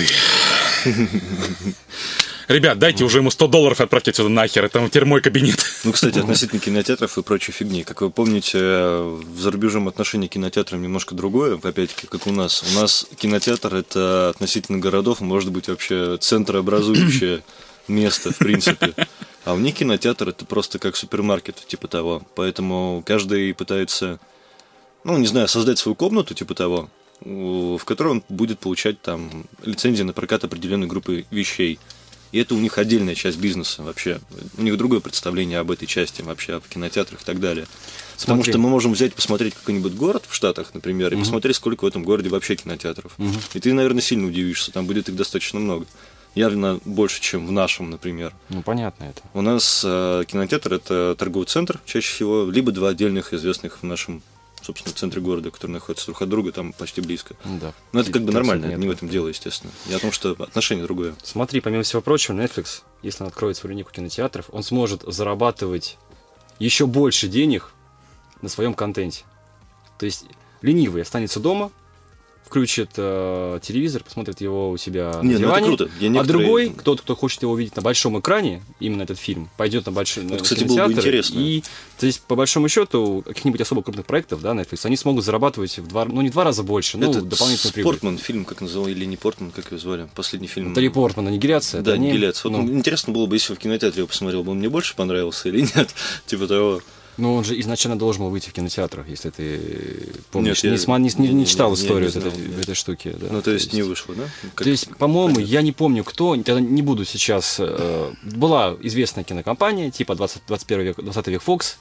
C: Ребят, дайте уже ему сто долларов и отправьте отсюда нахер, это теперь мой кабинет.
B: Ну, кстати, относительно кинотеатров и прочей фигни. Как вы помните, за рубежом отношение к кинотеатрам немножко другое, опять-таки, как у нас. У нас кинотеатр – это относительно городов, может быть, вообще центрообразующее место, в принципе. А у них кинотеатр – это просто как супермаркет, типа того. Поэтому каждый пытается, ну, не знаю, создать свою комнату, типа того, в которой он будет получать там лицензии на прокат определенной группы вещей. И это у них отдельная часть бизнеса вообще. У них другое представление об этой части вообще, об кинотеатрах и так далее. Смотри. Потому что мы можем взять, посмотреть какой-нибудь город в Штатах, например, и угу. посмотреть, сколько в этом городе вообще кинотеатров. Угу. И ты, наверное, сильно удивишься, там будет их достаточно много. Явно больше, чем в нашем, например.
A: Ну, понятно это.
B: У нас э, кинотеатр – это торговый центр, чаще всего, либо два отдельных известных в нашем, собственно, центре города, которые находятся друг от друга, там почти близко.
A: Да.
B: Но это как бы нормально, нет, не в этом дело, естественно. Я о том, что отношение другое.
A: Смотри, помимо всего прочего, Netflix, если он откроет свою линейку кинотеатров, он сможет зарабатывать еще больше денег на своем контенте. То есть ленивый останется дома, включит э, телевизор, посмотрит его у себя
B: не,
A: на диване,
B: ну это круто. Я
A: некоторые... а другой, кто-то, кто хочет его увидеть на большом экране, именно этот фильм, пойдет на большой
B: вот,
A: на
B: кстати,
A: кинотеатр.
B: Было бы интересно.
A: И, то есть, по большому счету, каких-нибудь особо крупных проектов, да, Netflix, они смогут зарабатывать в два, ну, не в два раза больше, ну, дополнительную прибыль.
B: Портман, фильм, как называл, или не Портман, как его звали, последний фильм.
A: Натали Портман, аннигиляция.
B: Да,
A: они...
B: аннигиляция. Вот, ну... интересно было бы, если бы в кинотеатре его посмотрел, бы он мне больше понравился или нет, типа того.
A: Ну, он же изначально должен был выйти в кинотеатрах, если ты помнишь.
B: Нет,
A: не,
B: я,
A: не, не, не читал
B: не,
A: историю
B: не знал,
A: этой,
B: нет.
A: этой штуки. Да?
B: Ну, то, то есть, есть не вышло, да? Как...
A: То есть, по-моему,
B: Понятно.
A: я не помню, кто, не буду сейчас... Э, была известная кинокомпания, типа двадцать, двадцать первый век, двадцатый век Fox,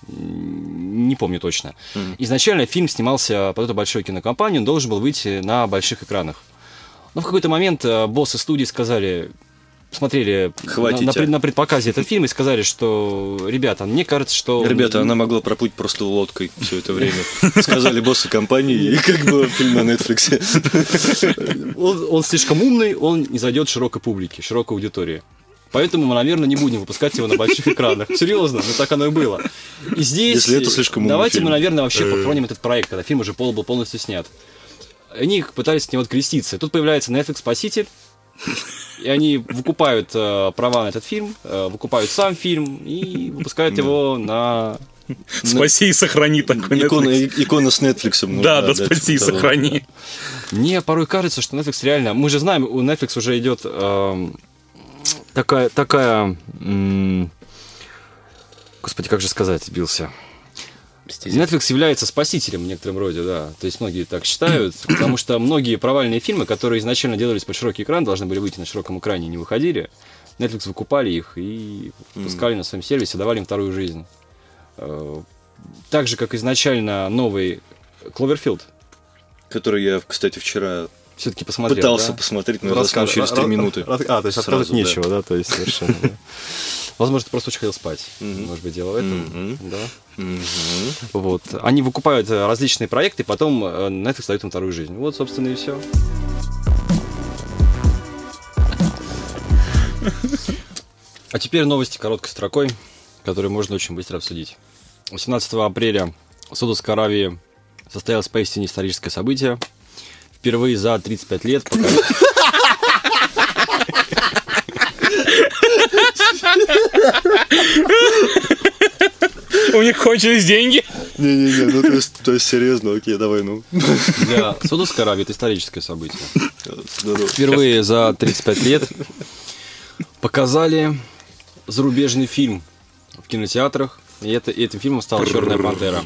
A: не помню точно. Mm-hmm. Изначально фильм снимался под эту большую кинокомпанию, он должен был выйти на больших экранах. Но в какой-то момент э, боссы студии сказали... Смотрели на, на, пред, на предпоказе этот фильм и сказали, что, ребята, мне кажется, что...
B: Ребята, она могла проплыть просто лодкой все это время. Сказали боссы компании, и как бы фильм на Netflix.
A: Он, он слишком умный, он не зайдет широкой публике, широкой аудитории. Поэтому мы, наверное, не будем выпускать его на больших экранах. Серьезно, ну так оно и было. И здесь...
B: Если это слишком умный
A: давайте
B: фильм.
A: мы, наверное, вообще похороним этот проект, когда фильм уже пол, был полностью снят. Они пытались с него откреститься. Тут появляется Netflix «Спаситель», и они выкупают э, права на этот фильм, э, выкупают сам фильм и выпускают его на...
C: Спаси и сохрани такой
B: икона, икона с Netflix.
C: Да, да, спаси и сохрани.
A: Мне порой кажется, что Netflix реально... Мы же знаем, у Netflix уже идет э, такая... такая м- Господи, как же сказать, сбился... Netflix является спасителем в некотором роде, да. То есть многие так считают, потому что многие провальные фильмы, которые изначально делались под широкий экран, должны были выйти на широком экране, не выходили. Netflix выкупали их и пускали mm. на своем сервисе, давали им вторую жизнь. Так же, как изначально новый Cloverfield.
B: Который я, кстати, вчера
A: все-таки посмотрел,
B: пытался
A: да?
B: посмотреть, но я заснул через три минуты.
A: А, то есть рассказывать нечего, да, то есть совершенно. Возможно, ты просто очень хотел спать. Mm-hmm. Может быть, дело в этом. Mm-hmm. Да? Mm-hmm. Вот. Они выкупают различные проекты, и потом Netflix дает им вторую жизнь. Вот, собственно, и все. А теперь новости короткой строкой, которые можно очень быстро обсудить. восемнадцатого апреля в Саудовской Аравии состоялось поистине историческое событие. впервые за тридцать пять лет пока...
C: У них кончились деньги.
B: Не-не-не, ну то есть, то есть серьезно, окей, давай, ну.
A: Для Саудовской Аравии это историческое событие.
B: Здорово.
A: Впервые за тридцать пять лет показали зарубежный фильм в кинотеатрах. И, это, и этим фильмом стала «Черная пантера».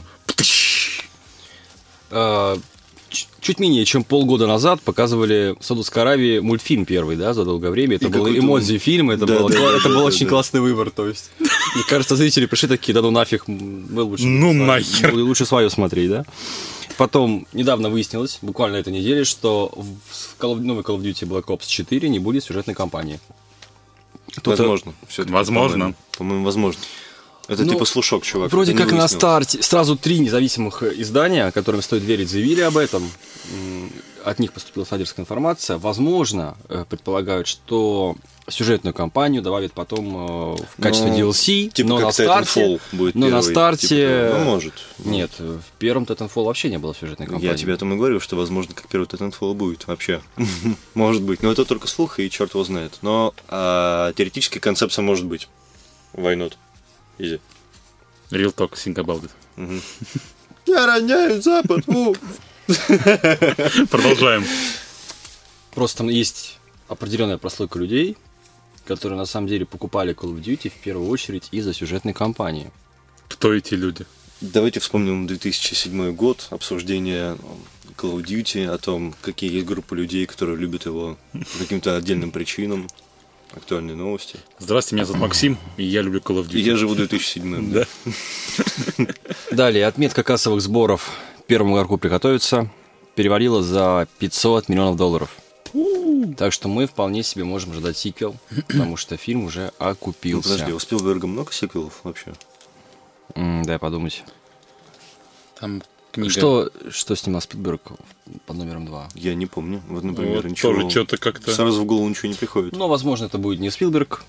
A: А, ч- чуть менее чем полгода назад показывали в Саудовской Аравии мультфильм первый, да, за долгое время. Это
B: И
A: был
B: какой-то
A: эмодзи-фильм, это,
B: Да,
A: было,
B: да,
A: кла-
B: да,
A: это
B: да,
A: был
B: да,
A: очень
B: да.
A: классный выбор. То есть, мне кажется, зрители пришли такие, да ну нафиг, мы лучше,
C: Ну
A: сва-
C: нахер.
A: лучше свое смотреть, да. Потом недавно выяснилось, буквально этой неделе, что в Call of- новой Call of Duty Black Ops четыре не будет сюжетной кампании. Кто-то-
B: Возможно. всё-таки,
C: Возможно.
B: По-моему, по-моему, возможно. Это
A: Ну,
B: типа слушок, чувак.
A: Вроде
B: это не
A: как на
B: выяснилось.
A: старте сразу три независимых издания, которым стоит верить, заявили об этом. М, От них поступила инсайдерская информация. Возможно, э, предполагают, что сюжетную кампанию добавят потом э, в качестве
B: Ну,
A: ди эл си,
B: Типа
A: но
B: как
A: на старте...
B: Titanfall будет
A: но на
B: первый,
A: старте-
B: типа того. Ну, может.
A: Нет, в первом Titanfall вообще не было сюжетной кампании.
B: Я тебе о том и говорю, что, возможно, как первый Titanfall будет вообще. Может быть. Но это только слух, и черт его знает. Но а, теоретически концепция может быть. Why not? Изи.
C: Real talk, think about it.
B: Я роняю Запад! у.
C: Продолжаем.
A: Просто там есть определенная прослойка людей, которые на самом деле покупали Call of Duty в первую очередь из-за сюжетной кампании.
C: Кто эти люди?
B: Давайте вспомним две тысячи седьмой год, обсуждение Call of Duty, о том, какие есть группы людей, которые любят его по каким-то отдельным причинам. Актуальные новости.
C: Здравствуйте, меня зовут Максим, и я люблю Call of Duty.
B: И я живу в две тысячи седьмом.
C: Да.
A: Далее, отметка кассовых сборов первому игроку приготовиться перевалила за пятьсот миллионов долларов. Так что мы вполне себе можем ожидать сиквел, потому что фильм уже
B: Ну,
A: окупился.
B: подожди, у Спилберга много сиквелов вообще?
A: М, дай подумать.
C: Там книга.
A: Что, что снимал Спилберг под номером два?
B: Я не помню. Вот, например,
C: Вот
B: ничего.
C: тоже что-то как-то...
B: Сразу в голову ничего не приходит.
A: Ну, возможно, это будет не Спилберг.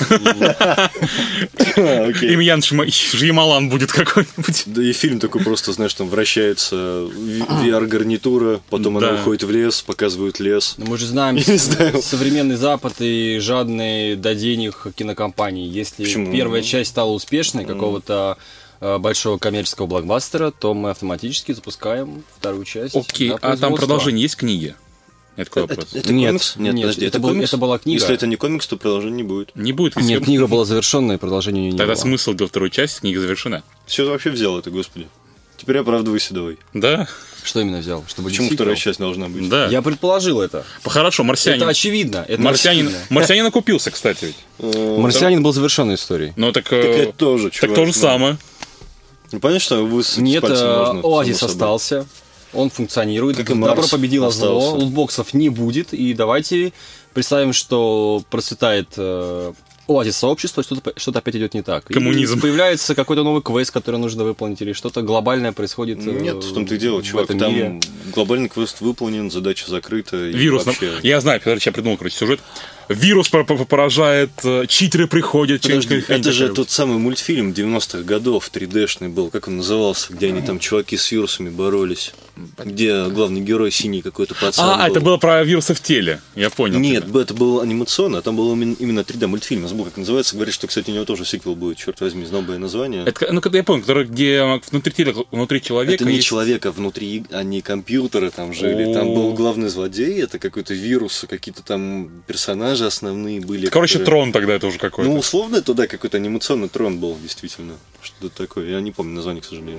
B: Окей.
C: Имьян Шьямалан будет какой-нибудь.
B: Да и фильм такой просто, знаешь, там вращается ви ар-гарнитура, потом она
C: Да.
B: уходит в лес, показывают лес.
A: Но мы же знаем
B: Я не знаю.
A: современный Запад и жадные до денег кинокомпании. Если
B: Почему?
A: первая часть стала успешной, какого-то э, большого коммерческого блокбастера, то мы автоматически запускаем вторую часть.
C: Окей,
A: на
C: а там
A: производство.
C: продолжение есть книги? Это какой
B: Это,
C: вопрос?
B: это
A: Нет,
B: комикс? Нет,
A: нет,
B: подожди,
A: это был-
B: комикс?
A: это была книга.
B: Если это не комикс, то продолжения не будет.
C: Не будет?
A: Нет,
C: если-
A: книга была завершенная, и продолжения у нее не
C: Тогда
A: было.
C: смысл для второй части, книга завершена.
B: Все вообще взял это, господи. Теперь оправдывайся давай.
C: Да?
A: Что именно взял? Чтобы
B: Почему
A: сиквел?
B: вторая часть должна быть?
C: Да.
A: Я предположил это.
C: Хорошо, марсианин.
A: Это очевидно. Это
C: Марсианин,
A: очевидно.
C: марсианин окупился, кстати, ведь.
B: Э,
A: Марсианин был завершенной историей.
C: Ну так,
B: Так
C: э,
B: это тоже,
C: так
B: чувак.
C: то же
B: ну.
C: самое.
B: Ну, понятно, что вы с
A: Нет,
B: пальцем
A: э,
B: можно,
A: Оазис
B: само собой.
A: остался. Он функционирует.
B: Как и
A: Добро
B: Марс
A: победило зло.
B: остался.
A: Лутбоксов не будет. И давайте представим, что процветает э, Оазис сообщество, что-то, что-то опять идет не так. И
C: Коммунизм.
A: появляется какой-то новый квест, который нужно выполнить, или что-то глобальное происходит. э,
B: Нет, в том-то и дело,
A: в
B: чувак.
A: этом
B: Там
A: мире.
B: глобальный квест выполнен, задача закрыта. и
C: Вирус. нам-
B: вообще-
C: Я знаю, короче, я придумал, короче, сюжет. Вирус пор- пор- поражает, э, читеры приходят.
B: Подожди,
C: что-нибудь хрень
B: это же
C: такая.
B: тот самый мультфильм девяностых годов, три дэ-шный был, как он назывался, где они там чуваки с вирусами боролись, где главный герой синий какой-то пацан
C: А,
B: был.
C: это было про вирусы в теле. Я понял.
B: Нет,
C: тебя.
B: это был анимационно, а там был именно- именно три дэ-мультфильм. Я забыл, как называется. Говорит, что, кстати, у него тоже сиквел будет. Черт возьми, знал бы я название.
C: Это, ну, когда я понял, который, где внутри, тела- внутри человека
B: Это не
C: есть...
B: человека внутри, а не компьютеры там жили. Там
C: О.
B: был главный злодей, это какой-то вирус, какие-то там персонажи основные были.
C: Короче,
B: которые-
C: трон тогда это уже какой-то.
B: Ну, условно, это да, какой-то анимационный трон был, действительно. Что-то такое. Я не помню название, к сожалению.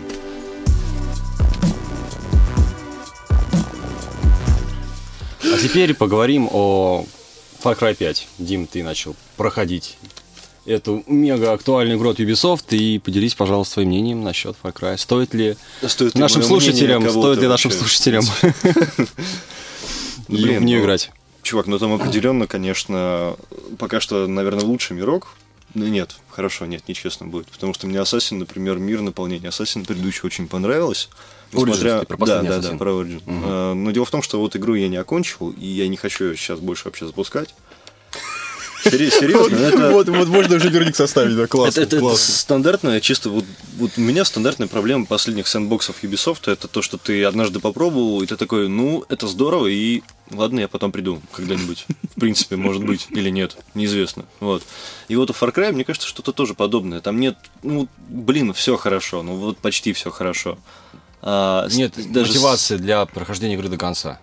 A: А теперь поговорим о Far Cry пять. Дим, ты начал проходить эту мега актуальную игру от Ubisoft, и поделись, пожалуйста, своим мнением насчет Far Cry. Стоит ли
B: Стоит ли
A: нашим
B: мое
A: слушателям,
B: мнение
A: стоит ли
B: кого-то
A: нашим
B: вообще?
A: слушателям
B: Блин,
A: в нее
B: ну,
A: играть?
B: Чувак, ну там определенно, конечно, пока что, наверное, лучший мирок. Ну нет, хорошо, нет, нечестно будет. Потому что мне Assassin, например, мир наполнения Assassin предыдущий очень понравилось.
A: Origins, ты про
B: да,
A: последний
B: да,
A: Assassin.
B: да, про Origin. А, но дело в том, что вот игру я не окончил, и я не хочу ее сейчас больше вообще запускать. Серьезно, это...
D: Вот, вот можно уже вердикт составить, да, классно.
B: Это, это, это
D: классно.
B: стандартная, чисто вот, вот у меня стандартная проблема последних сэндбоксов Ubisoft, это то, что ты однажды попробовал, и ты такой, ну, это здорово, и ладно, я потом приду когда-нибудь. В принципе, может быть, или нет, неизвестно. Вот. И вот у Far Cry, мне кажется, что-то тоже подобное. Там нет, ну, блин, все хорошо, ну вот почти все хорошо. А,
A: Нет
B: даже
A: мотивации для прохождения игры до конца.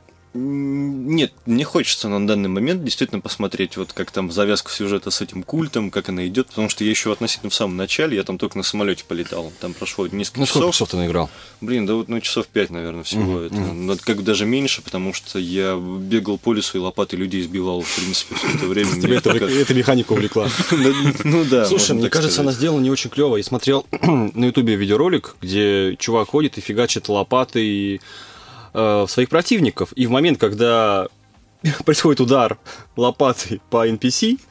B: Нет, мне хочется на данный момент действительно посмотреть, вот как там завязка сюжета с этим культом, как она идет, потому что я еще относительно в самом начале, я там только на самолете полетал, там прошло несколько
A: Ну,
B: часов.
A: сколько часов ты наиграл?
B: Блин, да вот ну часов пять, наверное, всего.
A: Mm-hmm.
B: Это, ну, это как бы даже меньше, потому что я бегал по лесу и лопатой людей сбивал, в принципе, все это время.
D: Тебя эта механика увлекла.
B: Ну да.
A: Слушай, мне кажется, она сделана не очень клево. Я смотрел на Ютубе видеоролик, где чувак ходит и фигачит лопатой в своих противников, и в момент, когда происходит удар лопатой по эн пи си,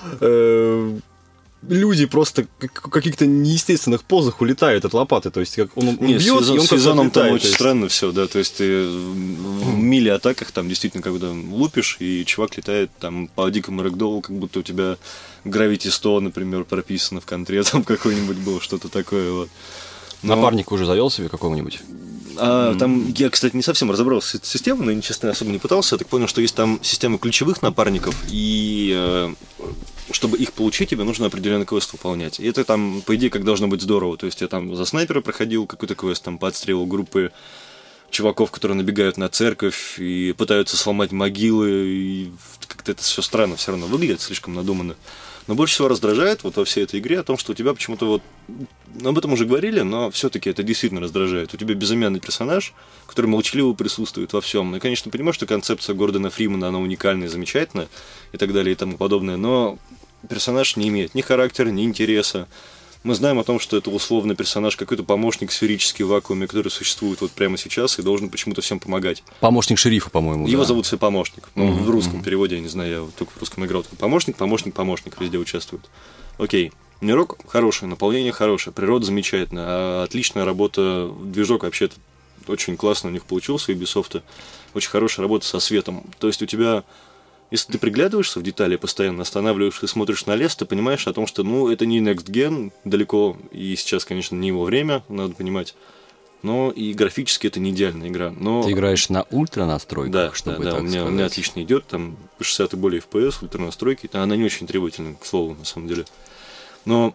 A: э, люди просто в каких-то неестественных позах улетают от лопаты, то есть как он, он
B: Нет,
A: бьет,
B: сезон,
A: и он как-то
B: сезоном там
A: отлетает,
B: очень
A: то есть...
B: странно все, да, то есть ты в миле атаках там действительно когда лупишь, и чувак летает там по дикому рэгдолу, как будто у тебя Gravity сто, например, прописано в контре, там какой-нибудь был, что-то такое, вот. Но...
A: Напарник уже завел себе какого-нибудь?
B: А, там я, кстати, не совсем разобрался с системой, но, честно, особо не пытался. Я так понял, что есть там система ключевых напарников, и э, чтобы их получить, тебе нужно определенный квест выполнять. И это там, по идее, как должно быть здорово. То есть я там за снайпера проходил какой-то квест, там по отстрелу группы чуваков, которые набегают на церковь и пытаются сломать могилы, и как-то это все странно все равно выглядит, слишком надуманно. Но больше всего раздражает вот во всей этой игре о том, что у тебя почему-то вот... Об этом уже говорили, но все-таки это действительно раздражает. У тебя безымянный персонаж, который молчаливо присутствует во всем. Ну и, конечно, понимаешь, что концепция Гордона Фримана, она уникальная, замечательная и так далее и тому подобное, но персонаж не имеет ни характера, ни интереса. Мы знаем о том, что это условно персонаж, какой-то помощник сферический в вакууме, который существует вот прямо сейчас и должен почему-то всем помогать.
A: Помощник шерифа, по-моему.
B: Его
A: да.
B: зовут себе помощник. Ну,
A: Mm-hmm.
B: в русском переводе, я не знаю, я вот только в русском играл. Помощник, помощник, помощник везде участвует. Окей. Мирок хороший, наполнение хорошее, природа замечательная, отличная работа, движок вообще-то очень классно у них получился, у Ubisoft. Очень хорошая работа со светом. То есть у тебя... Если ты приглядываешься в детали, постоянно останавливаешься и смотришь на лес, ты понимаешь о том, что, ну, это не Next Gen далеко, и сейчас, конечно, не его время, надо понимать, но и графически это не идеальная игра. Но...
A: Ты играешь на ультра настройках,
B: да,
A: чтобы
B: да, да,
A: так
B: у меня, у меня отлично идет, там шестьдесят и более эф пи эс, ультра настройки, она не очень требовательна, к слову, на самом деле. Но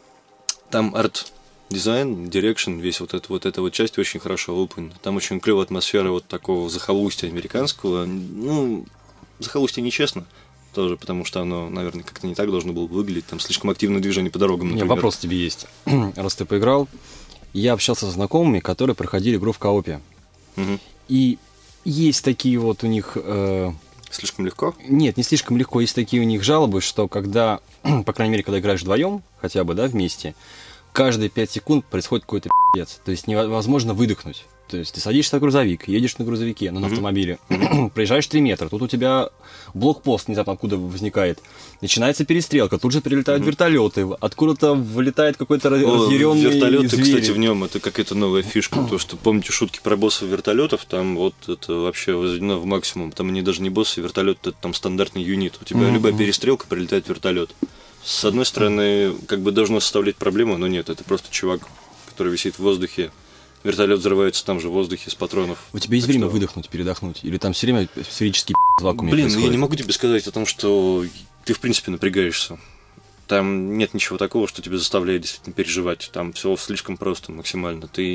B: там арт-дизайн, дирекшн, весь вот, это, вот эта вот часть очень хорошо выполнена. Там очень клевая атмосфера вот такого захолустья американского, ну... Захолустье нечестно тоже, потому что оно, наверное, как-то не так должно было выглядеть. Там слишком активное движение по дорогам, например.
A: У меня вопрос тебе есть. Раз ты поиграл, я общался со знакомыми, которые проходили игру в коопе.
B: Угу.
A: И есть такие вот у них... Э...
B: Слишком легко?
A: Нет, не слишком легко. Есть такие у них жалобы, что когда, по крайней мере, когда играешь вдвоем, хотя бы, да, вместе, каждые пять секунд происходит какой-то пи***ец. То есть невозможно выдохнуть. То есть ты садишься на грузовик, едешь на грузовике, ну, на автомобиле, проезжаешь три метра, тут у тебя блокпост внезапно откуда возникает, начинается перестрелка, тут же прилетают вертолеты, откуда-то вылетает какой-то разъяренный
B: вертолеты,
A: зверь.
B: кстати, в нем это какая-то новая фишка, то что помните шутки про боссов вертолетов, там вот это вообще возведено в максимум, там они даже не боссы, вертолет, это там стандартный юнит, у тебя mm-hmm. любая перестрелка, прилетает вертолет. С одной стороны, как бы должно составлять проблему, но нет, это просто чувак, который висит в воздухе. Вертолет взрывается там же в воздухе с патронов.
A: У тебя есть
B: так
A: время
B: что...
A: выдохнуть, передохнуть? Или там все время сферический в вакууме
B: Блин,
A: происходит?
B: я не могу тебе сказать о том, что ты в принципе напрягаешься. Там нет ничего такого, что тебя заставляет действительно переживать. Там все слишком просто максимально. Ты,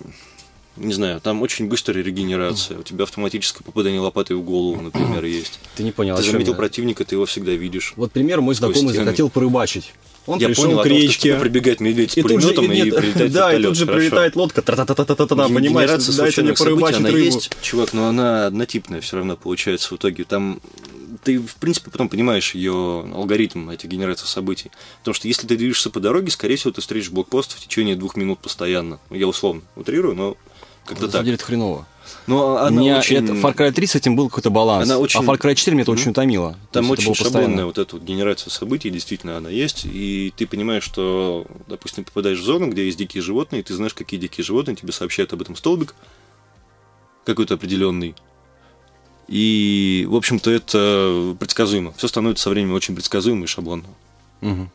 B: не знаю, там очень быстрая регенерация. У тебя автоматическое попадание лопатой в голову, например, есть.
A: Ты не понял,
B: Ты
A: о чем
B: заметил
A: я?
B: противника, ты его всегда видишь.
A: Вот пример, мой знакомый захотел порыбачить. Он
B: я
A: пришел
B: понял,
A: к речке.
B: Что прибегает медведь с
A: и
B: пулеметом
A: тут же,
B: и,
A: нет,
B: прилетает
A: да,
B: вертолет.
A: и тут же
B: Хорошо.
A: прилетает лодка, та-та-та-та-та-та, понимаешь,
B: Генерация
A: дайте мне
B: случайных событий,
A: порыбачить
B: она
A: рыбу.
B: есть, чувак, но она однотипная все равно получается в итоге. Там ты, в принципе, потом понимаешь ее алгоритм, эти генерации событий. Потому что если ты движешься по дороге, скорее всего, ты встретишь блокпост в течение двух минут постоянно. Я условно утрирую, но как-то
A: На
B: так.
A: самом деле это хреново.
B: Но она
A: Меня
B: очень...
A: это, Far Cry три с этим был какой-то баланс,
B: Она очень...
A: а Far Cry четыре меня это mm-hmm. очень утомило.
B: Там
A: очень
B: шаблонная вот эта вот генерация событий, действительно она есть, и ты понимаешь, что, допустим, попадаешь в зону, где есть дикие животные, и ты знаешь, какие дикие животные, тебе сообщают об этом столбик какой-то определенный, И, в общем-то, это предсказуемо. Все становится со временем очень предсказуемо и шаблонно.
A: Угу.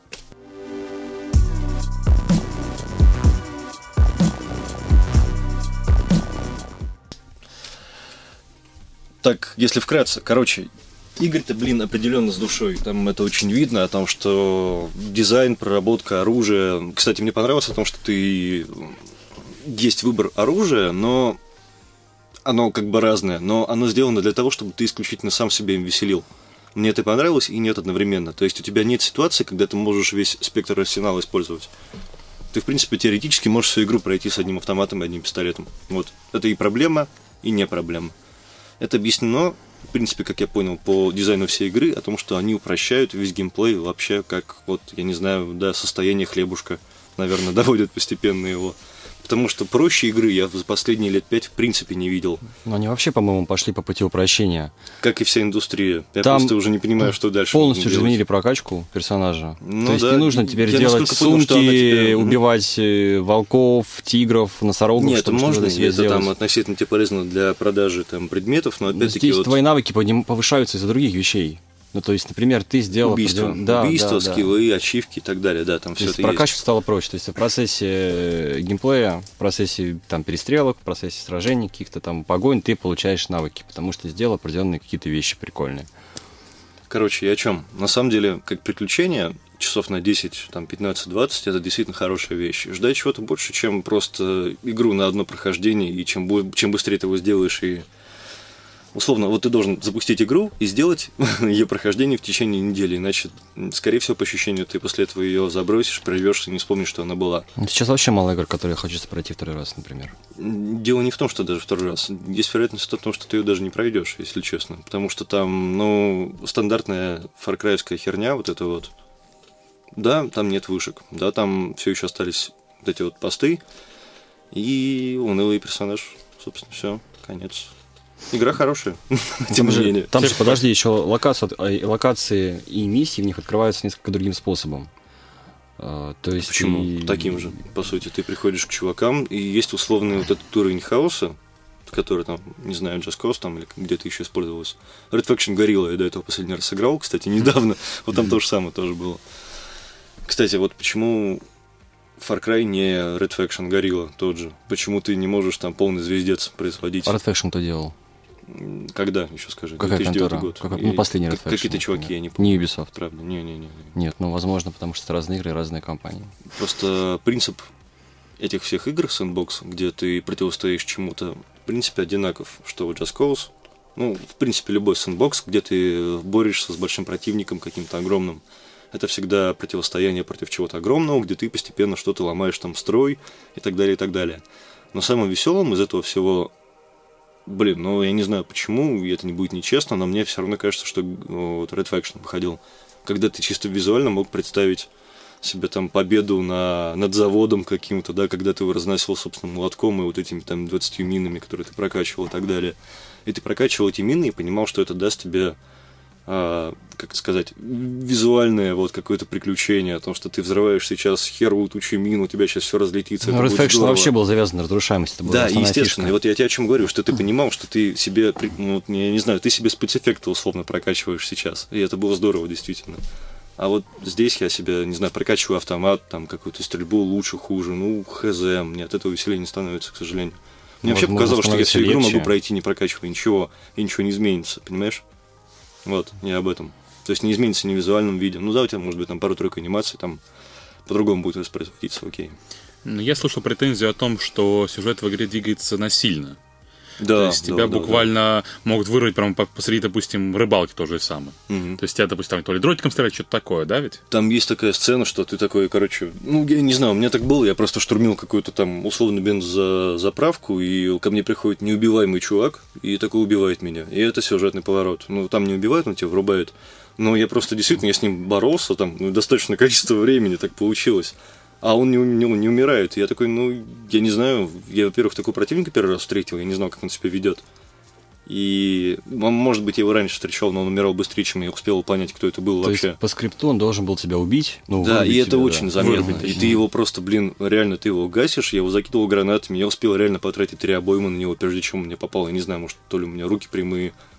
B: Так, если вкратце, короче, игры-то, блин, определенно с душой. Там это очень видно, о том, что дизайн, проработка оружия. Кстати, мне понравилось о том, что ты... есть выбор оружия, но оно как бы разное. Но оно сделано для того, чтобы ты исключительно сам себя им веселил. Мне это понравилось и нет одновременно. То есть у тебя нет ситуации, когда ты можешь весь спектр арсенала использовать. Ты, в принципе, теоретически можешь всю игру пройти с одним автоматом и одним пистолетом. Вот. Это и проблема, и не проблема. Это объяснено, в принципе, как я понял, по дизайну всей игры, о том, что они упрощают весь геймплей вообще, как, вот, я не знаю, до состояния хлебушка, наверное, доводят постепенно его. Потому что проще игры я за последние лет пять в принципе не видел.
A: Но они вообще, по-моему, пошли по пути упрощения.
B: Как и вся индустрия. Я
A: Там
B: просто уже не понимаю, что дальше.
A: Полностью же изменили прокачку персонажа.
B: Ну,
A: То есть
B: да.
A: не нужно теперь
B: Я
A: делать
B: насколько понял, что она
A: сумки,
B: теперь-
A: убивать э, волков, тигров, носорогов.
B: Нет, это
A: чтобы
B: можно,
A: что-то себе
B: это там
A: сделать.
B: относительно тебе полезно для продажи там, предметов, но опять-таки
A: Здесь
B: вот
A: твои навыки подним- повышаются из-за других вещей. Ну, то есть, например, ты сделал...
B: убийства,
A: определен- да,
B: убийства,
A: да, да.
B: скиллы, ачивки и так далее, да, там
A: То
B: все
A: есть
B: это есть.
A: прокачка стала проще. То есть в процессе э, геймплея, в процессе там, перестрелок, в процессе сражений, каких-то там погонь, ты получаешь навыки, потому что сделал определенные какие-то вещи прикольные.
B: Короче, я о чем? На самом деле, как приключение, часов на десять, там, пятнадцать-двадцать, это действительно хорошая вещь. Ждать чего-то больше, чем просто игру на одно прохождение, и чем, бо- чем быстрее ты его сделаешь, и условно, вот ты должен запустить игру и сделать ее прохождение в течение недели, иначе, скорее всего, по ощущению, ты после этого ее забросишь, прервешься и не вспомнишь, что она была.
A: Сейчас вообще мало игр, которые хочется пройти второй раз, например.
B: Дело не в том, что даже второй раз. Есть вероятность в том, что ты ее даже не пройдешь, если честно. Потому что там, ну, стандартная фаркрайская херня, вот это вот. Да, там нет вышек. Да, там все еще остались вот эти вот посты. И унылый персонаж. Собственно, все, конец. Игра хорошая, тем
A: Там
B: не
A: же,
B: менее.
A: там же, подожди, еще локации, а, локации и миссии в них открываются несколько другим способом. А, то есть
B: Почему?
A: и-
B: Таким же, по сути. Ты приходишь к чувакам, и есть условный вот этот уровень хаоса, который там, не знаю, Just Cause там или где-то еще использовался. Red Faction Gorilla я до этого последний раз сыграл, кстати, недавно. Вот там то же самое тоже было. Кстати, вот почему Far Cry не Red Faction Gorilla тот же? Почему ты не можешь там полный звездец производить?
A: Red Faction кто делал?
B: Когда, еще скажи?
A: Какая
B: две тысячи девятый
A: контора?
B: год.
A: Как-
B: И
A: ну, последний Red
B: как-
A: Faction,
B: Какие-то чуваки,
A: например.
B: я не помню.
A: Не Ubisoft.
B: Правда, не-не-не.
A: Нет, ну, возможно, потому что это разные игры и разные компании.
B: Просто принцип этих всех игр сэндбокс, где ты противостоишь чему-то, в принципе, одинаков. Что вот Just Cause, ну, в принципе, любой сэндбокс, где ты борешься с большим противником каким-то огромным. Это всегда противостояние против чего-то огромного, где ты постепенно что-то ломаешь там строй и так далее, и так далее. Но самым веселым из этого всего, блин, ну я не знаю почему, и это не будет нечестно, но мне все равно кажется, что вот Red Faction выходил, когда ты чисто визуально мог представить себе там победу на, над заводом каким-то, да, когда ты его разносил собственным молотком и вот этими там двадцатью минами, которые ты прокачивал и так далее. И ты прокачивал эти мины и понимал, что это даст тебе, а, как это сказать, визуальное вот какое-то приключение, о том, что ты взрываешь сейчас херовую тучу мин, у тебя сейчас все разлетится.
A: Ну,
B: это
A: Red
B: будет
A: Faction
B: здорово.
A: вообще был завязан на разрушаемость. Это была
B: Да, и
A: основная
B: естественно.
A: фишка.
B: И вот я тебе о чем говорю, что ты понимал, что ты себе, при- ну, вот, я не знаю, ты себе спецэффекты условно прокачиваешь сейчас. И это было здорово, действительно. А вот здесь я себе, не знаю, прокачиваю автомат, там какую-то стрельбу лучше, хуже. Ну, хз, мне от этого веселее не становится, к сожалению. Мне вообще
A: Возможно,
B: показалось, что я всю игру
A: становится
B: могу
A: легче.
B: пройти, не прокачивая ничего, и ничего не изменится, понимаешь? Вот, я об этом. То есть не изменится ни в визуальном виде. Ну да, у тебя может быть там пару-тройку анимаций, там по-другому будет воспроизводиться, окей.
C: Ну, я слышал претензию о том, что сюжет в игре двигается насильно.
B: Да,
C: То есть
B: да,
C: тебя
B: да,
C: буквально могут вырвать прямо по- посреди, допустим, рыбалки то же самое.
B: Мгм.
C: То есть тебя, допустим, там то ли дротиком стрелять, что-то такое, да, ведь?
B: Там есть такая сцена, что ты такой, короче, ну, я не знаю, у меня так было, я просто штурмил какую-то там условно бензозаправку, и ко мне приходит неубиваемый чувак, и такой убивает меня. И это сюжетный поворот. Ну, там не убивают, он тебя врубает. Но я просто действительно, я с ним боролся, там, ну, достаточное количество времени так получилось. А он не, у- не, не умирает. И я такой, ну, я не знаю, я, во-первых, такого противника первый раз встретил, я не знал, как он себя ведет. И, м- может быть, я его раньше встречал, но он умирал быстрее, чем я успел понять, кто это был
A: То
B: вообще.
A: есть по скрипту он должен был тебя убить. Ну,
B: Да,
A: вырубить
B: и это
A: тебя,
B: очень
A: да.
B: заметно.
A: Вырубить.
B: И ты его просто, блин, реально ты его гасишь, я его закидывал гранатами, я успел реально потратить три обоймы на него, прежде чем он мне попал. Я не знаю, может, то ли у меня руки прямые,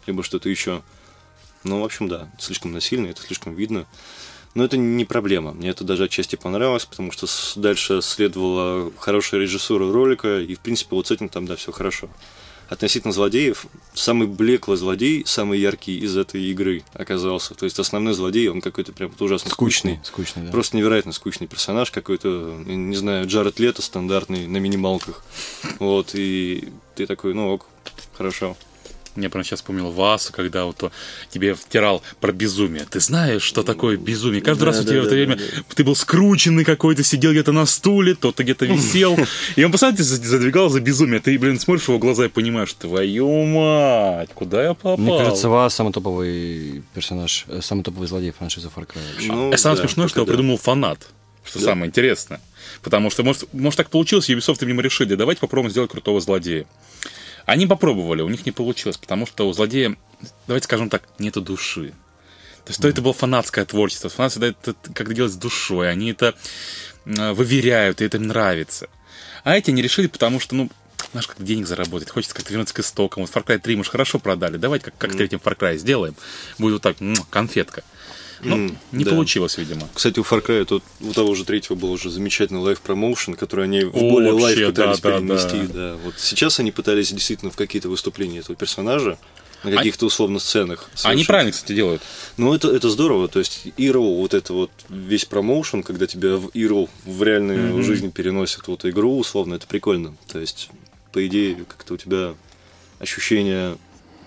B: либо что-то еще. Ну, в общем, да, слишком насильно, это слишком видно. Но это не проблема. Мне это даже отчасти понравилось, потому что дальше следовала хорошая режиссура ролика, и, в принципе, вот с этим там, да, все хорошо. Относительно злодеев, самый блеклый злодей, самый яркий из этой игры оказался. То есть основной злодей, он какой-то прям ужасно скучный.
A: Скучный, скучный, да.
B: Просто невероятно скучный персонаж, какой-то, не знаю, Джаред Лето стандартный на минималках. Вот, и ты такой, ну ок, хорошо.
C: Я прямо сейчас вспомнил Васу, когда вот тебе втирал про безумие. Ты знаешь, что такое безумие? Каждый
B: да,
C: раз
B: да,
C: у тебя
B: да,
C: в это время
B: да, да.
C: ты был скрученный какой-то, сидел где-то на стуле, тот-то где-то висел. И он, постоянно задвигал за безумие. Ты, блин, смотришь в его глаза и понимаешь, твою мать, куда я попал?
A: Мне кажется, Вас самый топовый персонаж, самый топовый злодей франшизы Far Cry вообще.
B: Ну,
C: а самое
B: да,
C: смешное, что его
B: да.
C: придумал фанат. Что
B: Да.
C: самое интересное. Потому что, может, может так получилось, Ubisoft им решили, давайте попробуем сделать крутого злодея. Они попробовали, у них не получилось, потому что у злодея, давайте скажем так, нету души. То есть, то это было фанатское творчество. Фанаты всегда это как-то делают с душой, они это э, выверяют, и это им нравится. А эти не решили, потому что, ну, знаешь, как денег заработать, хочется как-то вернуться к истокам. Вот Far Cry три мы же хорошо продали, давайте как, как в третьем Far Cry сделаем. Будет вот так, м, конфетка. Ну,
B: М,
C: не
B: да.
C: получилось, видимо.
B: Кстати, у Far Cry тут, у того же третьего был уже замечательный лайв-промоушен, который они в
C: О,
B: более
C: вообще,
B: лайв пытались
C: да, да,
B: перенести.
C: да.
B: Да. Вот сейчас они пытались действительно в какие-то выступления этого персонажа на каких-то условно сценах
C: Они
B: совершить.
C: правильно, кстати, делают.
B: Ну, это, это здорово. То есть, Hero, вот это вот весь промоушен, когда тебя в Hero в реальную
C: Мгм.
B: жизнь переносят вот игру, условно, это прикольно. То есть, по идее, как-то у тебя ощущения,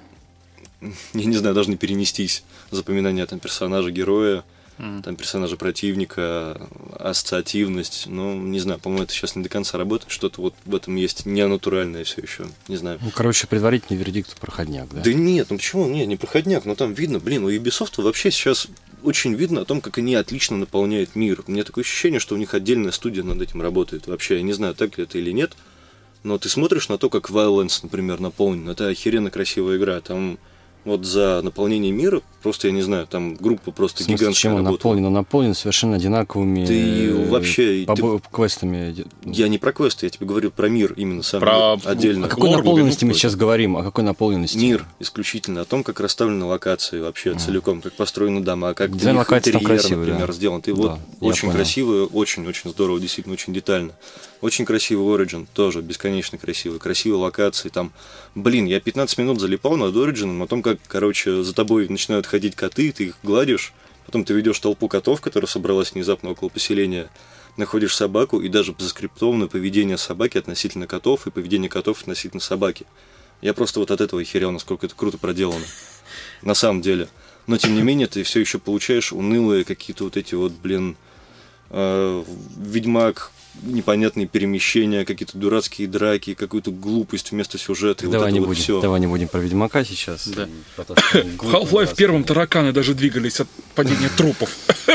B: я не знаю, должны перенестись. Запоминание там персонажа, героя, там персонажа противника, ассоциативность. Ну, не знаю, по-моему, это сейчас не до конца работает. Что-то вот в этом есть ненатуральное все еще. Не знаю.
A: Ну, короче, предварительный вердикт проходняк, да?
B: Да нет, ну почему? Нет, не проходняк, но там видно, блин, у Ubisoft вообще сейчас очень видно о том, как они отлично наполняют мир. У меня такое ощущение, что у них отдельная студия над этим работает. Вообще, я не знаю, так ли это или нет, но ты смотришь на то, как Violence, например, наполнен. Это охеренно красивая игра. Там вот за наполнение мира, просто, я не знаю, там группа просто
A: В смысле,
B: гигантская
A: чем он
B: работала.
A: наполнен? Он наполнен совершенно одинаковыми
B: Ты
A: э,
B: вообще-
A: побо- квестами.
B: Я не про квесты, я тебе говорю про мир именно сам
C: Про-
B: мир отдельно.
A: О какой
C: Лор,
A: наполненности
C: глубину
A: мы сейчас говорим? О какой наполненности?
B: Мир исключительно, о том, как расставлены локации вообще целиком, как построены дома, как
A: Дизайн
B: их
A: локаций там
B: интерьер,
A: красивый,
B: например,
A: да.
B: сделан. Ты
A: Да,
B: вот
A: я
B: очень
A: понял.
B: красиво, очень-очень здорово, действительно, очень детально. Очень красивый Origin, тоже бесконечно красивый. Красивые локации, там, блин, я пятнадцать минут залипал над Origin, о том, как, короче, за тобой начинают ходить коты, ты их гладишь, потом ты ведешь толпу котов, которая собралась внезапно около поселения, находишь собаку, и даже заскриптованное поведение собаки относительно котов и поведение котов относительно собаки. Я просто вот от этого охерел, насколько это круто проделано. На самом деле. Но, тем не менее, ты все еще получаешь унылые какие-то вот эти вот, блин, э, Ведьмак, непонятные перемещения, какие-то дурацкие драки, какую-то глупость вместо сюжета. И
A: Давай,
B: вот это
A: не
B: вот
A: будем,
B: все.
A: давай не будем про Ведьмака сейчас.
C: Да.
A: И про то, что он
C: В
A: глупый,
C: Half-Life
A: раз.
C: первом тараканы даже двигались от падения трупов.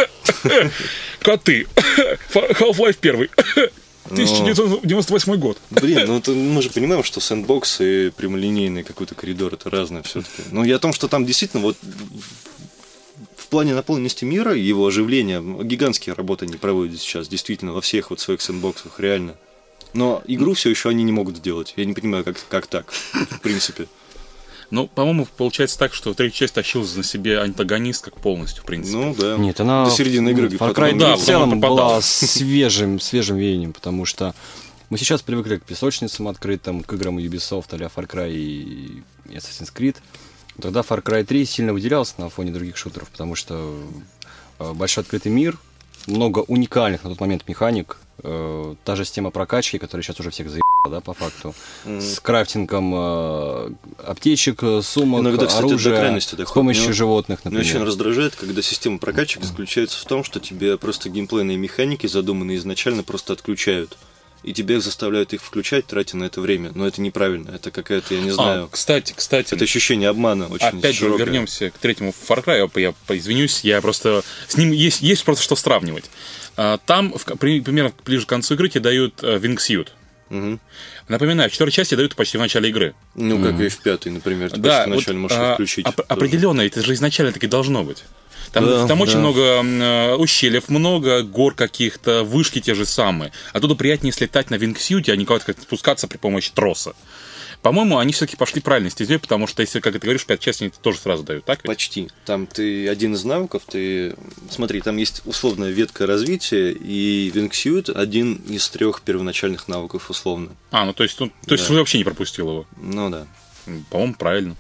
C: Коты. Half-Life первый. тысяча девятьсот девяносто восьмой год.
B: Блин, ну это, мы же понимаем, что сэндбокс и прямолинейный какой-то коридор это разное все-таки. Но я о том, что там действительно вот в плане наполненности мира и его оживления гигантские работы они проводят сейчас, действительно, во всех вот своих сэндбоксах, реально. Но игру все еще они не могут сделать. Я не понимаю, как, как так, в принципе.
C: Ну, по-моему, получается так, что третья часть тащила на себе антагонист как полностью, в принципе.
B: Ну да.
A: Нет, она
B: До середины игры.
A: в Far
B: потом-
A: Cry
C: Да,
A: в целом
C: потом пропадала.
A: была свежим, свежим веянием, потому что мы сейчас привыкли к песочницам открытым, к играм Ubisoft, а-ля Far Cry и Assassin's Creed. Тогда Far Cry три сильно выделялся на фоне других шутеров, потому что э, большой открытый мир, много уникальных на тот момент механик, э, та же система прокачки, которая сейчас уже всех заебала, да, по факту, с крафтингом э, аптечек, сумок,
B: Иногда, кстати, до
A: оружия,
B: крайности
A: с
B: доходит.
A: помощью
B: Меня-
A: животных,
B: Меня очень
A: например.
B: раздражает, когда система прокачек заключается в том, что тебе просто геймплейные механики, задуманные изначально, просто отключают. И тебя их заставляют их включать, тратя на это время. Но это неправильно. Это какая-то, я не знаю...
C: А, кстати, кстати,
B: Это ощущение обмана очень
C: опять же,
B: широкое.
C: вернемся к третьему Far Cry. Я, я извинюсь, я просто... С ним есть, есть просто что сравнивать. А, Там, в- при- примерно ближе к концу игры, тебе дают э, Wingsuit.
B: Мгм.
C: Напоминаю, в четвертой части дают почти в начале игры.
B: Ну, как и в пятой, например. Ты
C: Да,
B: почти вначале
C: вот,
B: можешь
C: а,
B: включить.
C: оп-
B: тоже.
C: определенно, это же изначально таки должно быть. Там,
B: Да,
C: там очень
B: да.
C: много э, ущельев, много гор каких-то, вышки те же самые. Оттуда приятнее слетать на вингсьюте, а не как-то спускаться при помощи троса. По-моему, они все-таки пошли правильной стезей, потому что, если, как ты говоришь, пять частей они тоже сразу дают, так?
B: Почти. Там ты один из навыков, ты... Смотри, там есть условная ветка развития, и Wingsuit один из трех первоначальных навыков, условно.
C: А, ну то есть, ну, то есть
B: Да.
C: ты вообще не пропустил его.
B: Ну да.
C: По-моему, правильно.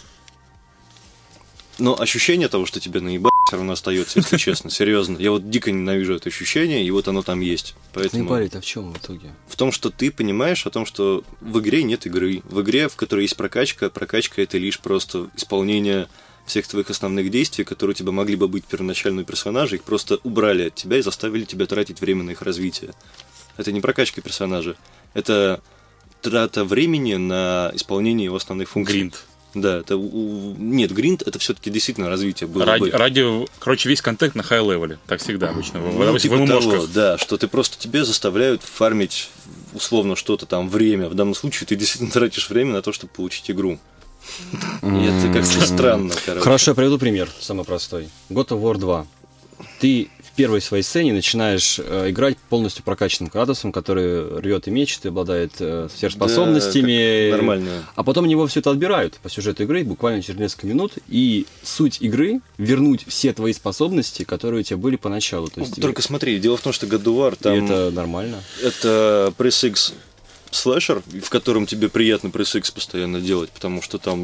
B: Но ощущение того, что тебе наебать, все равно остается, если честно. Серьезно. Я вот дико ненавижу это ощущение, и вот оно там есть. Поэтому...
A: Наебали-то в чем в итоге?
B: В том, что ты понимаешь о том, что в игре нет игры. В игре, в которой есть прокачка, прокачка это лишь просто исполнение всех твоих основных действий, которые у тебя могли бы быть первоначальные персонажи, их просто убрали от тебя и заставили тебя тратить время на их развитие. Это не прокачка персонажа, это трата времени на исполнение его основных функций.
C: Гринд.
B: Да, это у... нет, гринд это все-таки действительно развитие было
C: Ради,
B: бы.
C: ради, короче, весь контент на хай-левеле. Так всегда обычно. В,
B: Ну,
C: в,
B: типа
C: в ММОшках.
B: того, да, что ты просто тебе заставляют фармить условно что-то там время. В данном случае ты действительно тратишь время на то, чтобы получить игру. И это как-то странно, короче.
A: Хорошо, я приведу пример, самый простой. God of War два. Ты в первой своей сцене начинаешь э, играть полностью прокачанным Кратосом, который рвет и мечет, и обладает э, сверхспособностями.
B: Да, нормально.
A: А потом у него все это отбирают по сюжету игры буквально через несколько минут. И суть игры — вернуть все твои способности, которые у тебя были поначалу. То есть,
B: Только смотри, дело в том, что God of War
A: и
B: там...
A: это нормально.
B: Это пресс-икс слэшер, в котором тебе приятно пресс-икс постоянно делать, потому что там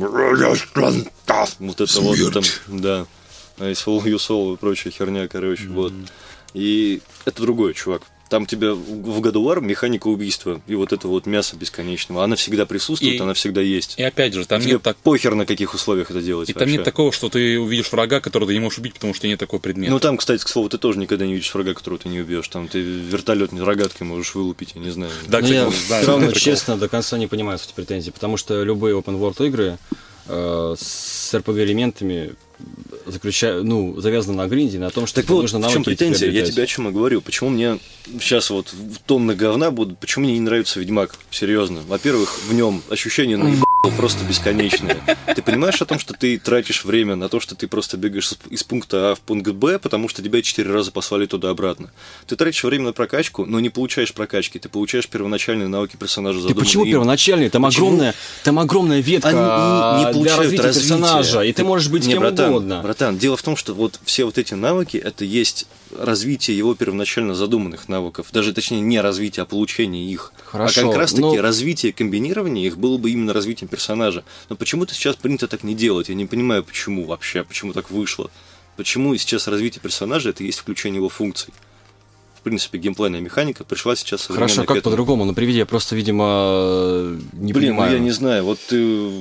B: вот это вот там, да, есть Follow Your Soul и прочая херня, короче, mm-hmm. вот. И это другой чувак. Там тебе в God of War механика убийства и вот это вот мясо бесконечного, она всегда присутствует,
C: И-
B: она всегда есть.
C: И опять же, там
B: Тебе
C: нет так...
B: похер на каких условиях это делать
C: И там
B: вообще.
C: нет такого, что ты увидишь врага, которого ты не можешь убить, потому что нет такого предмета.
B: Ну там, кстати, к слову, ты тоже никогда не видишь врага, которого ты не убьешь. Там ты вертолет рогаткой можешь вылупить, я не знаю.
C: Да,
A: Но
C: кстати,
A: я
C: вот, да,
A: все равно,
C: это прикол.
A: честно, до конца не понимаю суть претензий, потому что любые open world игры э, с эр пи джи-элементами заключают, ну, завязаны на гринде, на том, что
B: Так
A: тебе
B: вот,
A: нужно
B: в чем
A: навыки
B: претензия? Я
A: приобретать.
B: тебе о чем и говорю. Почему мне сейчас вот тонны говна будут, почему мне не нравится Ведьмак? Серьезно. Во-первых, в нем ощущение наебалово просто бесконечное. Ты понимаешь о том, что ты тратишь время на то, что ты просто бегаешь из пункта А в пункт Б, потому что тебя четыре раза послали туда-обратно. Ты тратишь время на прокачку, но не получаешь прокачки. Ты получаешь первоначальные навыки персонажа.
A: Ты
B: задуманные
A: почему
B: им.
A: первоначальный? Там
B: Почему?
A: огромная, там огромная ветка
B: Они не
A: для
B: получают
A: развития
B: развития.
A: персонажа, и ты можешь быть
B: Не,
A: кем
B: братан,
A: угодно.
B: Братан, дело в том, что вот все вот эти навыки, это есть развитие его первоначально задуманных навыков. Даже, точнее, не развитие, а получение их.
A: Хорошо,
B: а как раз таки
A: но-
B: развитие комбинирования их было бы именно развитием персонажа. Но почему-то сейчас принято так не делать. Я не понимаю, почему вообще, почему так вышло. Почему сейчас развитие персонажа это есть включение его функций. В принципе, геймплейная механика пришла сейчас современная
A: Хорошо,
B: к
A: как
B: этому.
A: по-другому? Ну, приведи, я просто, видимо, не
B: Блин,
A: понимаю.
B: ну я не знаю, вот ты...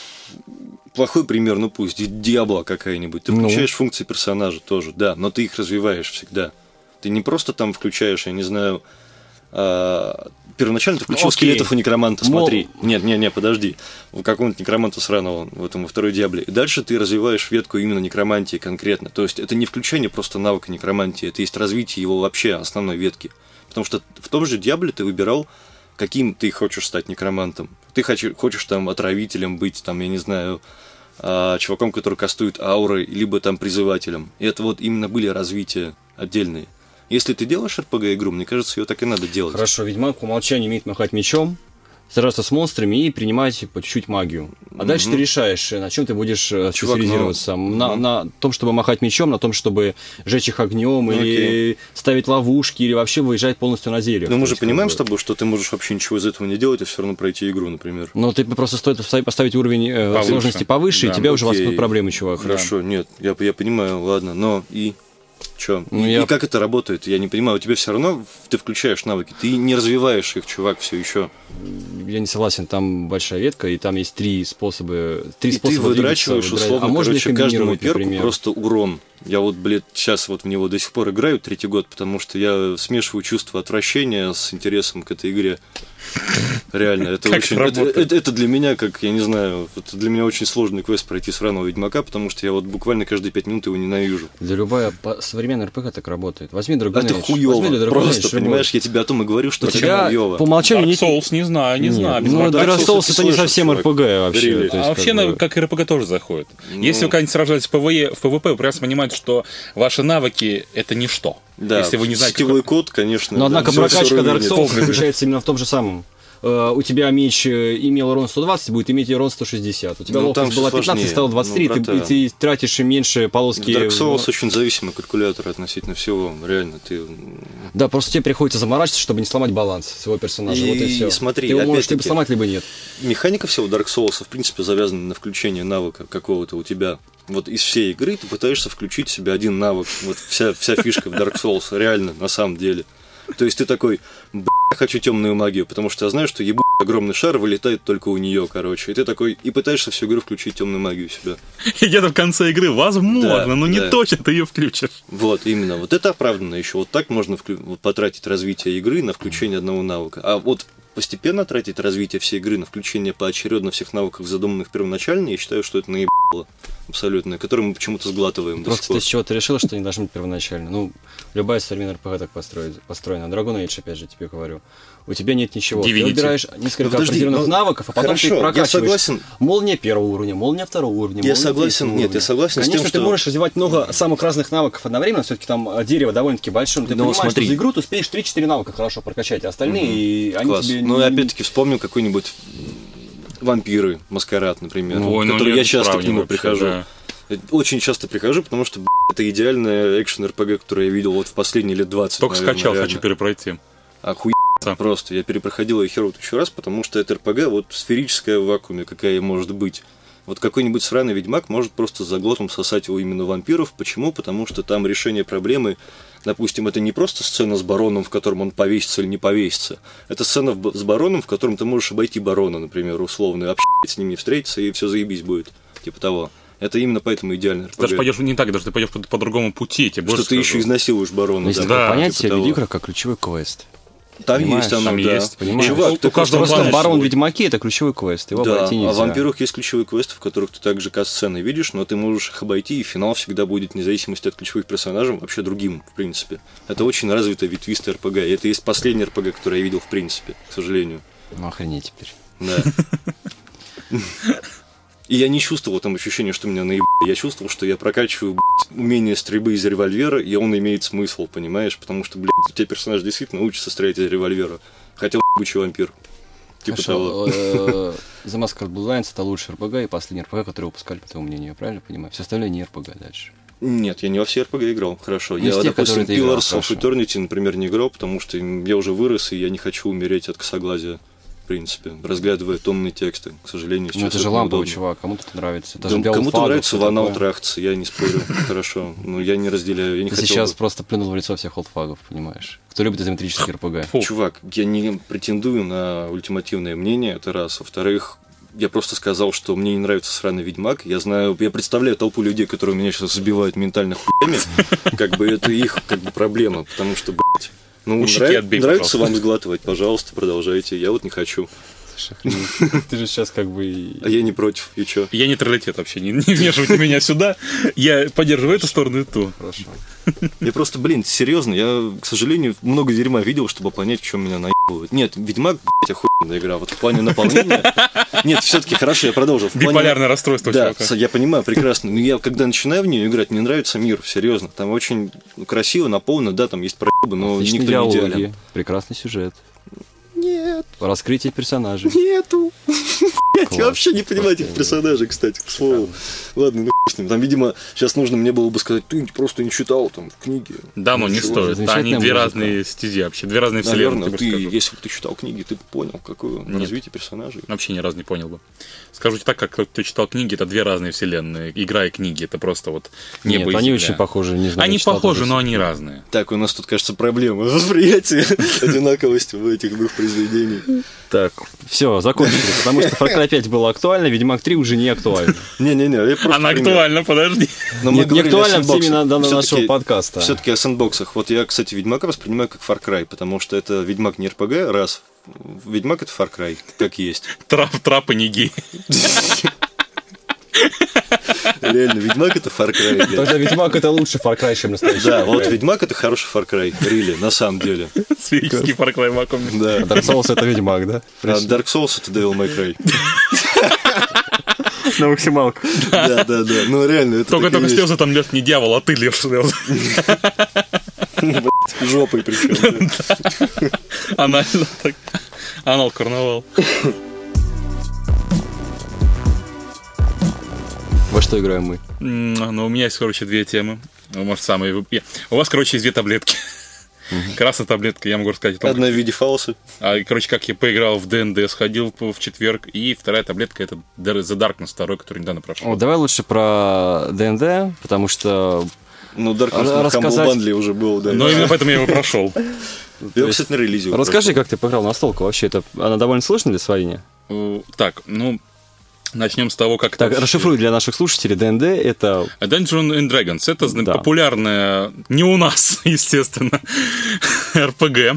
B: Плохой пример, ну пусть, Ди- Диабло какая-нибудь. Ты
A: Ну.
B: включаешь функции персонажа тоже, да, но ты их развиваешь всегда. Ты не просто там включаешь, я не знаю... а, Первоначально ты включил
A: Окей.
B: скелетов у некроманта,
A: Мол-
B: смотри. Нет, не, не, подожди. У какого-нибудь некроманта сраного, в этом во второй Диабле. И дальше ты развиваешь ветку именно некромантии конкретно. То есть это не включение просто навыка некромантии, это есть развитие его вообще основной ветки. Потому что в том же Диабле ты выбирал, каким ты хочешь стать некромантом. Ты хочешь, хочешь там отравителем быть, там, я не знаю, а, чуваком, который кастует ауры, либо там призывателем. И это вот именно были развития отдельные. Если ты делаешь эр пи джи-игру, мне кажется, ее так и надо делать.
A: Хорошо, Ведьмак по умолчанию умеет махать мечом, сражаться с монстрами и принимать по чуть-чуть магию. А дальше
B: Мгм.
A: ты решаешь, на чем ты будешь э,
B: Чувак,
A: специализироваться.
B: ну,
A: на,
B: ну.
A: на том, чтобы махать мечом, на том, чтобы жечь их огнем,
B: Ну,
A: или ставить ловушки, или вообще выезжать полностью на зелье.
B: Но мы же понимаем с тобой, что ты можешь вообще ничего из этого не делать и все равно пройти игру, например.
A: Но ты просто стоит поставить, поставить уровень э,
C: Повыше.
A: сложности повыше,
C: Да,
A: и тебя уже
B: окей.
A: возникнут проблемы, чувак.
B: Хорошо, нет, я, я понимаю, ладно, но и чё?
A: Ну,
B: и,
A: я-
B: и как это работает? Я не понимаю, у тебя все равно ты включаешь навыки, ты не развиваешь их, чувак, все еще.
A: Я не согласен, там большая ветка, и там есть три способа. Три
B: И
A: способа
B: ты выдрачиваешь
A: двигаться,
B: условно,
A: а можно их
B: короче, каждому
A: комбинировать,
B: перку
A: например.
B: просто урон. Я вот, блядь, сейчас вот в него до сих пор играю третий год, потому что я смешиваю чувство отвращения с интересом к этой игре. Реально, это
C: Как
B: очень...
C: это
B: Это,
C: работает?
B: это- это для меня, как, я не знаю, это для меня очень сложный квест пройти сраного Ведьмака, потому что я вот буквально каждые пять минут его ненавижу.
A: Да любая по- современная эр пи джи так работает. Возьми Dragon
B: Это
A: Age.
B: хуёво,
A: Возьми Dragon
B: просто,
A: Age, любой.
B: понимаешь, я тебе о том и говорю, что
A: У
B: это
A: тебя
B: хуёво.
A: по умолчанию
C: Dark
A: не...
C: Souls, не знаю, не
A: Нет,
C: знаю. без
A: ну,
C: Dark
A: Dark
C: Souls-
A: Souls
B: это
A: это не
B: слэшер,
A: совсем эр
B: чувак.
A: пи джи вообще.
B: Really?
A: то есть,
C: А вообще,
A: как
C: на-
A: бы-
C: как и эр пи джи тоже заходит.
B: Ну.
C: Если вы когда-нибудь сражались в PvE, в PvP, вы прекрасно понимаете, что ваши навыки — это ничто.
B: Да,
C: Если вы не знаете,
B: сетевой код, конечно.
A: Но,
B: да,
A: однако,
B: всё-
A: прокачка
B: всё
A: Dark
B: руинит.
A: Souls заключается именно в том же самом. э, у тебя меч имел урон сто двадцать, будет иметь урон сто шестьдесят. У тебя
B: Ну,
A: ловкость была пятнадцать, стало двадцать три,
B: ну,
A: ты, и ты тратишь меньше полоски.
B: Dark Souls очень зависимый калькулятор относительно всего, реально. Ты...
A: Да, просто тебе приходится заморачиваться, чтобы не сломать баланс своего персонажа.
B: И,
A: вот и все.
B: смотри,
A: ты его можешь
B: опять-таки,
A: либо сломать, либо нет.
B: Механика всего Dark Souls, в принципе, завязана на включение навыка какого-то у тебя. Вот из всей игры ты пытаешься включить в себя один навык. Вот вся, вся фишка в Dark Souls, реально, на самом деле. То есть ты такой, бля, хочу темную магию, потому что я знаю, что ебу огромный шар вылетает только у нее, короче. И ты такой, и пытаешься всю игру включить темную магию в себя.
C: И где-то в конце игры, возможно,
B: Да,
C: но не
B: да.
C: точно ты ее включишь.
B: Вот, именно. Вот это оправданно еще. Вот так можно вклю... вот потратить развитие игры на включение одного навыка. А вот постепенно тратить развитие всей игры на включение поочередно всех навыков, задуманных первоначально, я считаю, что это наебало абсолютно, которые мы почему-то сглатываем до сих
A: Просто ты
B: пор.
A: с чего-то решила, что не должны быть первоначально. Ну, любая современная эр пи гэ так построена. построена. Dragon Age, опять же, тебе говорю. У тебя нет ничего.
C: Divinity.
A: Ты выбираешь несколько
B: Ну, подожди,
A: определенных
B: ну,
A: навыков, а потом
B: хорошо,
A: ты их
B: я
A: прокачиваешь.
B: согласен.
A: Молния первого уровня, молния второго уровня.
B: Я
A: молния
B: согласен,
A: третьего
B: нет,
A: уровня.
B: я согласен с тем,
A: Конечно, ты
B: что-
A: можешь развивать много самых разных навыков одновременно. Все-таки там дерево довольно-таки большое. Но ты
B: Ну,
A: понимаешь,
B: смотри.
A: что за игру ты успеешь три-четыре навыка хорошо прокачать, а остальные, и они
B: Класс.
A: тебе...
B: Ну, и
A: не-
B: опять-таки вспомнил какой-нибудь вампиры, маскарад, например,
C: Ой, ну
B: который
C: нет,
B: я часто к
C: сравнивай
B: нему
C: вообще,
B: прихожу.
C: да.
B: Очень часто прихожу, потому что, б***ь, это идеальная экшен-эр пи гэ, которую я видел вот в последние лет двадцать,
C: Только
B: наверное,
C: скачал,
B: реально.
C: хочу перепройти.
B: Охуенно просто. Я перепроходил ее херу тысячу раз, потому что это эр пи гэ вот сферическая в вакууме, какая и может быть. Вот какой-нибудь сраный ведьмак может просто за глотом сосать его именно вампиров. Почему? Потому что там решение проблемы, допустим, это не просто сцена с бароном, в котором он повесится или не повесится. Это сцена в- с бароном, в котором ты можешь обойти барона, например, условно, и общаться с ним не встретиться, и все заебись будет. Типа того. Это именно поэтому идеальный эр пи гэ.
C: Даже пойдешь не так, даже ты пойдешь по, по другому пути, тебе
B: Что
C: больше
B: ты
C: скажу.
B: еще изнасилуешь барона.
A: Ну, есть
B: да,
A: такое
C: да,
A: понятие
B: типа
A: в
B: того.
A: видеоиграх, как ключевой квест.
B: Там
A: Понимаешь,
B: есть оно,
C: там
B: да.
C: есть.
A: Понимаешь?
B: Чувак,
C: У
B: ты
C: каждого
A: Просто
C: плана
A: барон в
C: свой.
A: Ведьмаке — это ключевой квест, его
B: Да,
A: пройти нельзя.
B: а в вампирах есть ключевые квесты, в которых ты также касс-сцены видишь, но ты можешь их обойти, и финал всегда будет, вне зависимости от ключевых персонажей, вообще другим, в принципе. Это очень развитая ветвистая эр пи гэ, и это есть последний эр пи гэ, который я видел, в принципе, к сожалению.
A: Ну, охренеть теперь.
B: Да. И я не чувствовал там ощущения, что меня наебали. Я чувствовал, что я прокачиваю, блядь, умение стрельбы из револьвера, и он имеет смысл, понимаешь? Потому что, блядь, у тебя персонаж действительно учится стрелять из револьвера. Хотя ебучий вампир. Типа того.
A: Хорошо, э, The Masked Bloodlines — это лучший эр пи гэ и последний эр пи гэ, который выпускали, по твоему мнению, я правильно понимаю? Все остальное не эр пи гэ дальше.
B: Нет, я не во все эр пи гэ играл, хорошо.
A: Ну,
B: Я,
A: из тех,
B: допустим,
A: которые ты играл,
B: Pillars of
A: хорошо.
B: Eternity, например, не играл, потому что я уже вырос, и я не хочу умереть от косоглазия, в принципе, разглядывая томные тексты. К сожалению,
A: Ну,
B: сейчас
A: это же
B: неудобно.
A: ламповый чувак, кому-то это нравится.
B: Да,
A: Даже Белл
B: кому-то
A: Фагов,
B: нравится
A: всё
B: ванал
A: такое.
B: трахаться, я не спорю, хорошо. Но я не разделяю, я не
A: Ты
B: хотел
A: сейчас
B: бы.
A: просто плюнул в лицо всех олдфагов, понимаешь? Кто любит изометрические эр пи гэ.
C: Фу.
B: Чувак, я не претендую на ультимативное мнение, это раз. Во-вторых, я просто сказал, что мне не нравится сраный Ведьмак. Я знаю, я представляю толпу людей, которые меня сейчас забивают ментально хуями. Как бы это их как бы проблема, потому что, блядь, ну,
C: Ушики
B: нрав-
C: отбей,
B: нравится
C: пожалуйста.
B: вам сглатывать, пожалуйста, продолжайте. Я вот не хочу.
A: Ты же сейчас как бы... и-
B: А я не против, и чё?
C: Я нейтралитет вообще, не, не вмешивайте меня сюда. Я поддерживаю эту сторону и ту.
A: Хорошо.
B: Я просто, блин, серьезно, я, к сожалению, много дерьма видел, чтобы понять, в чем меня наебывают. Нет, Ведьмак, блядь, охуенная игра. Вот в плане наполнения... Нет, все-таки хорошо, я продолжу. В плане-
C: Биполярное расстройство
B: Да,
C: чувака.
B: с- я понимаю, прекрасно. Но я, когда начинаю в нее играть, мне нравится мир, серьезно. Там очень красиво, наполнено, да, там есть проебы, но
A: Отличные
B: никто не
A: диалоги,
B: идеален.
A: прекрасный сюжет,
B: Нет,
A: раскрытие персонажей.
B: нету. Блядь,
A: Класс.
B: я вообще не понимаю этих
A: Просто
B: персонажей, кстати, к слову. Ладно, ну хуй с ним. Там, видимо, сейчас нужно мне было бы сказать, ты просто не читал там в книге.
C: Да, но не
B: Ничего.
C: стоит. Они
A: Замечательная
C: две
A: музыка.
C: разные стези вообще, две разные вселенные.
B: Наверное,
C: тебе
B: ты,
C: скажу.
B: если бы ты читал книги, ты бы понял, какое
C: Нет.
B: развитие персонажей.
C: Вообще ни разу не понял бы. Скажу тебе так, как кто читал книги, это две разные вселенные. Игра и книги, это просто вот небо
A: Нет,
C: и
A: они
C: земля.
A: очень похожи, не знаю.
C: Они
A: я читал
C: похожи,
A: тоже.
C: но они разные.
B: Так, у нас тут, кажется, проблема восприятия одинаковости в этих двух произведений.
A: Так, все, закончили, потому что Far Cry пять было актуально, Ведьмак три уже не актуально.
B: Не-не-не, я просто
C: Она
B: пример.
C: актуальна, подожди.
B: Но мы
A: Не, не
B: говорили о
A: актуально в теме
B: сэндбоксах.
A: на- на- нашего
B: Всё-таки-
A: подкаста.
B: Все-таки о сэндбоксах. Вот я, кстати, Ведьмака воспринимаю как Far Cry, потому что это Ведьмак не эр пи гэ, раз. Ведьмак это Far Cry, как есть.
C: Трап, трапы не гей.
B: Реально, Ведьмак это Far Cry, блядь.
A: Тогда Ведьмак это лучше Far Cry, чем настоящий.
B: Да,
A: Far
B: вот
A: Cry.
B: Ведьмак это хороший Far Cry, really, на самом деле.
C: Сферический Far Cry вакуум.
B: Да.
A: А Dark Souls это Ведьмак, да?
B: А Dark Souls это Devil May Cry.
A: На максималку.
B: Да, да, да. Ну реально, это
C: Только
B: так и
C: только
B: есть.
C: слезы там льет не дьявол, а ты льешь слезы.
B: Жопой причем.
C: Анально так. Анал карнавал.
A: Во что играем мы?
C: М, Ну, у меня есть, короче, две темы. Ну, может, самые... я- У вас, короче, есть две таблетки. Красная таблетка, я могу рассказать о том,
B: Одна в виде фалоса.
C: а, короче, как я поиграл в ди энд ди, сходил в в четверг. И вторая таблетка — это The Darkness второй, который недавно прошел.
A: О, давай лучше про ди энд ди, потому что...
B: Ну, Darkness
A: Ра-
B: на
A: рассказать-
B: Humble Bundle уже был, да.
C: Но именно поэтому я его прошел.
B: Я, кстати, на релизе его
A: Расскажи, как ты поиграл на столку вообще. Это она довольно сложная для освоения?
C: Э, Так, ну, начнем с того, как...
A: Так,
C: это-
A: расшифруй для наших слушателей. ди энд ди — это...
C: Dungeons and Dragons — это зна-
A: Да.
C: популярная, не у нас, естественно, эр пи джи.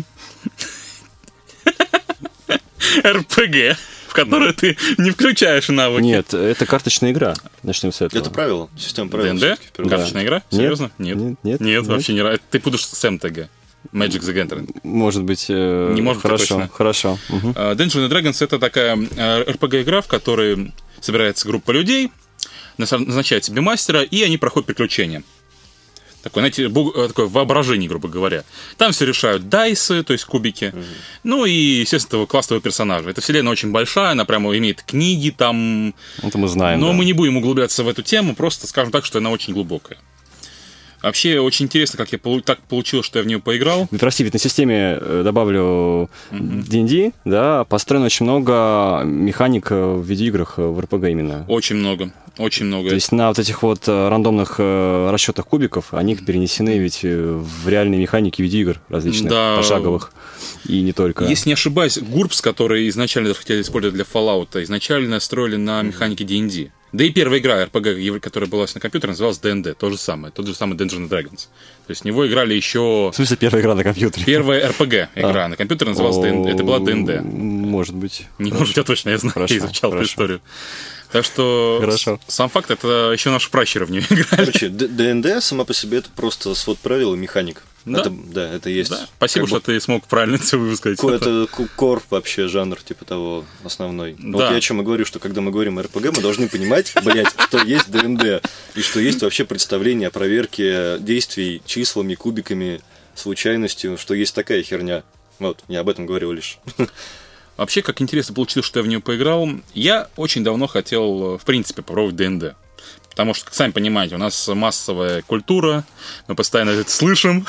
C: эр пи джи, в которую ты не включаешь навыки.
A: Нет, это карточная игра. Начнем с этого.
B: Это правило, система
C: ди
B: правил.
C: энд ди?
B: всё-таки, в первую очередь.
C: Карточная игра?
A: Нет.
C: Серьезно? Нет.
A: Нет, нет,
C: Нет,
A: нет.
C: вообще не нравится. Ты путаешь с эм ти джи. Magic the Gathering.
A: Может быть... э,
C: Не может быть
A: хорошо,
C: точно.
A: хорошо. Мгм.
C: Uh, Dungeons and Dragons — это такая uh, эр пи джи-игра, в которой собирается группа людей, наса- назначают себе мастера, и они проходят приключения. Такое, знаете, бу- э, такое воображение, грубо говоря. Там все решают дайсы, то есть кубики. Ну и, естественно, классовые персонажи. Эта вселенная очень большая, она прямо имеет книги там.
A: Это мы знаем.
C: Но
A: да.
C: мы не будем углубляться в эту тему, просто скажем так, что она очень глубокая. Вообще, очень интересно, как я полу- так получилось, что я в нее поиграл.
A: Ну, Прости, ведь на системе, э, добавлю, ди энд ди, да, построено очень много механик э, в видеоиграх э, в эр пи джи именно.
C: Очень много, очень много.
A: То есть на вот этих вот э, рандомных э, расчетах кубиков, они перенесены ведь э, в реальные механики видеоигр различных,
C: Да.
A: пошаговых, и не только.
C: Если не ошибаюсь, гурпс, который изначально даже хотели использовать для Fallout, изначально строили на механике ди энд ди. Да и первая игра эр пи джи, которая была на компьютере, называлась ди энд ди. То же самое. Тот же самый Dungeons and Dragons. То есть в него играли еще...
A: В смысле, первая игра на компьютере?
C: Первая эр пи джи-игра на компьютере называлась ди энд ди. Это была ди энд ди.
A: Может быть.
C: Не может, я точно, я знаю,
A: Хорошо,
C: я изучал эту
A: хорошо.
C: историю. Так что
A: Хорошо.
C: с- сам факт, это еще наши пращуры в нее играли.
B: Короче, д энд ди сама по себе это просто свод правил и механик.
C: Да.
B: Это, да, это есть.
C: Да. Спасибо,
B: как
C: что
B: бы
C: ты смог правильно это высказать.
B: ко- Это ку- кор вообще, жанр, типа того, основной. Вот
C: Да.
B: я о чем и говорю, что когда мы говорим эр пи джи, мы должны понимать, блять, что есть ди энд ди, и что есть вообще представление о проверке действий числами, кубиками, случайностью, что есть такая херня. Вот, я об этом говорил лишь.
C: Вообще, как интересно получилось, что я в нее поиграл. Я очень давно хотел, в принципе, попробовать ди энд ди. Потому что, как сами понимаете, у нас массовая культура, мы постоянно это слышим.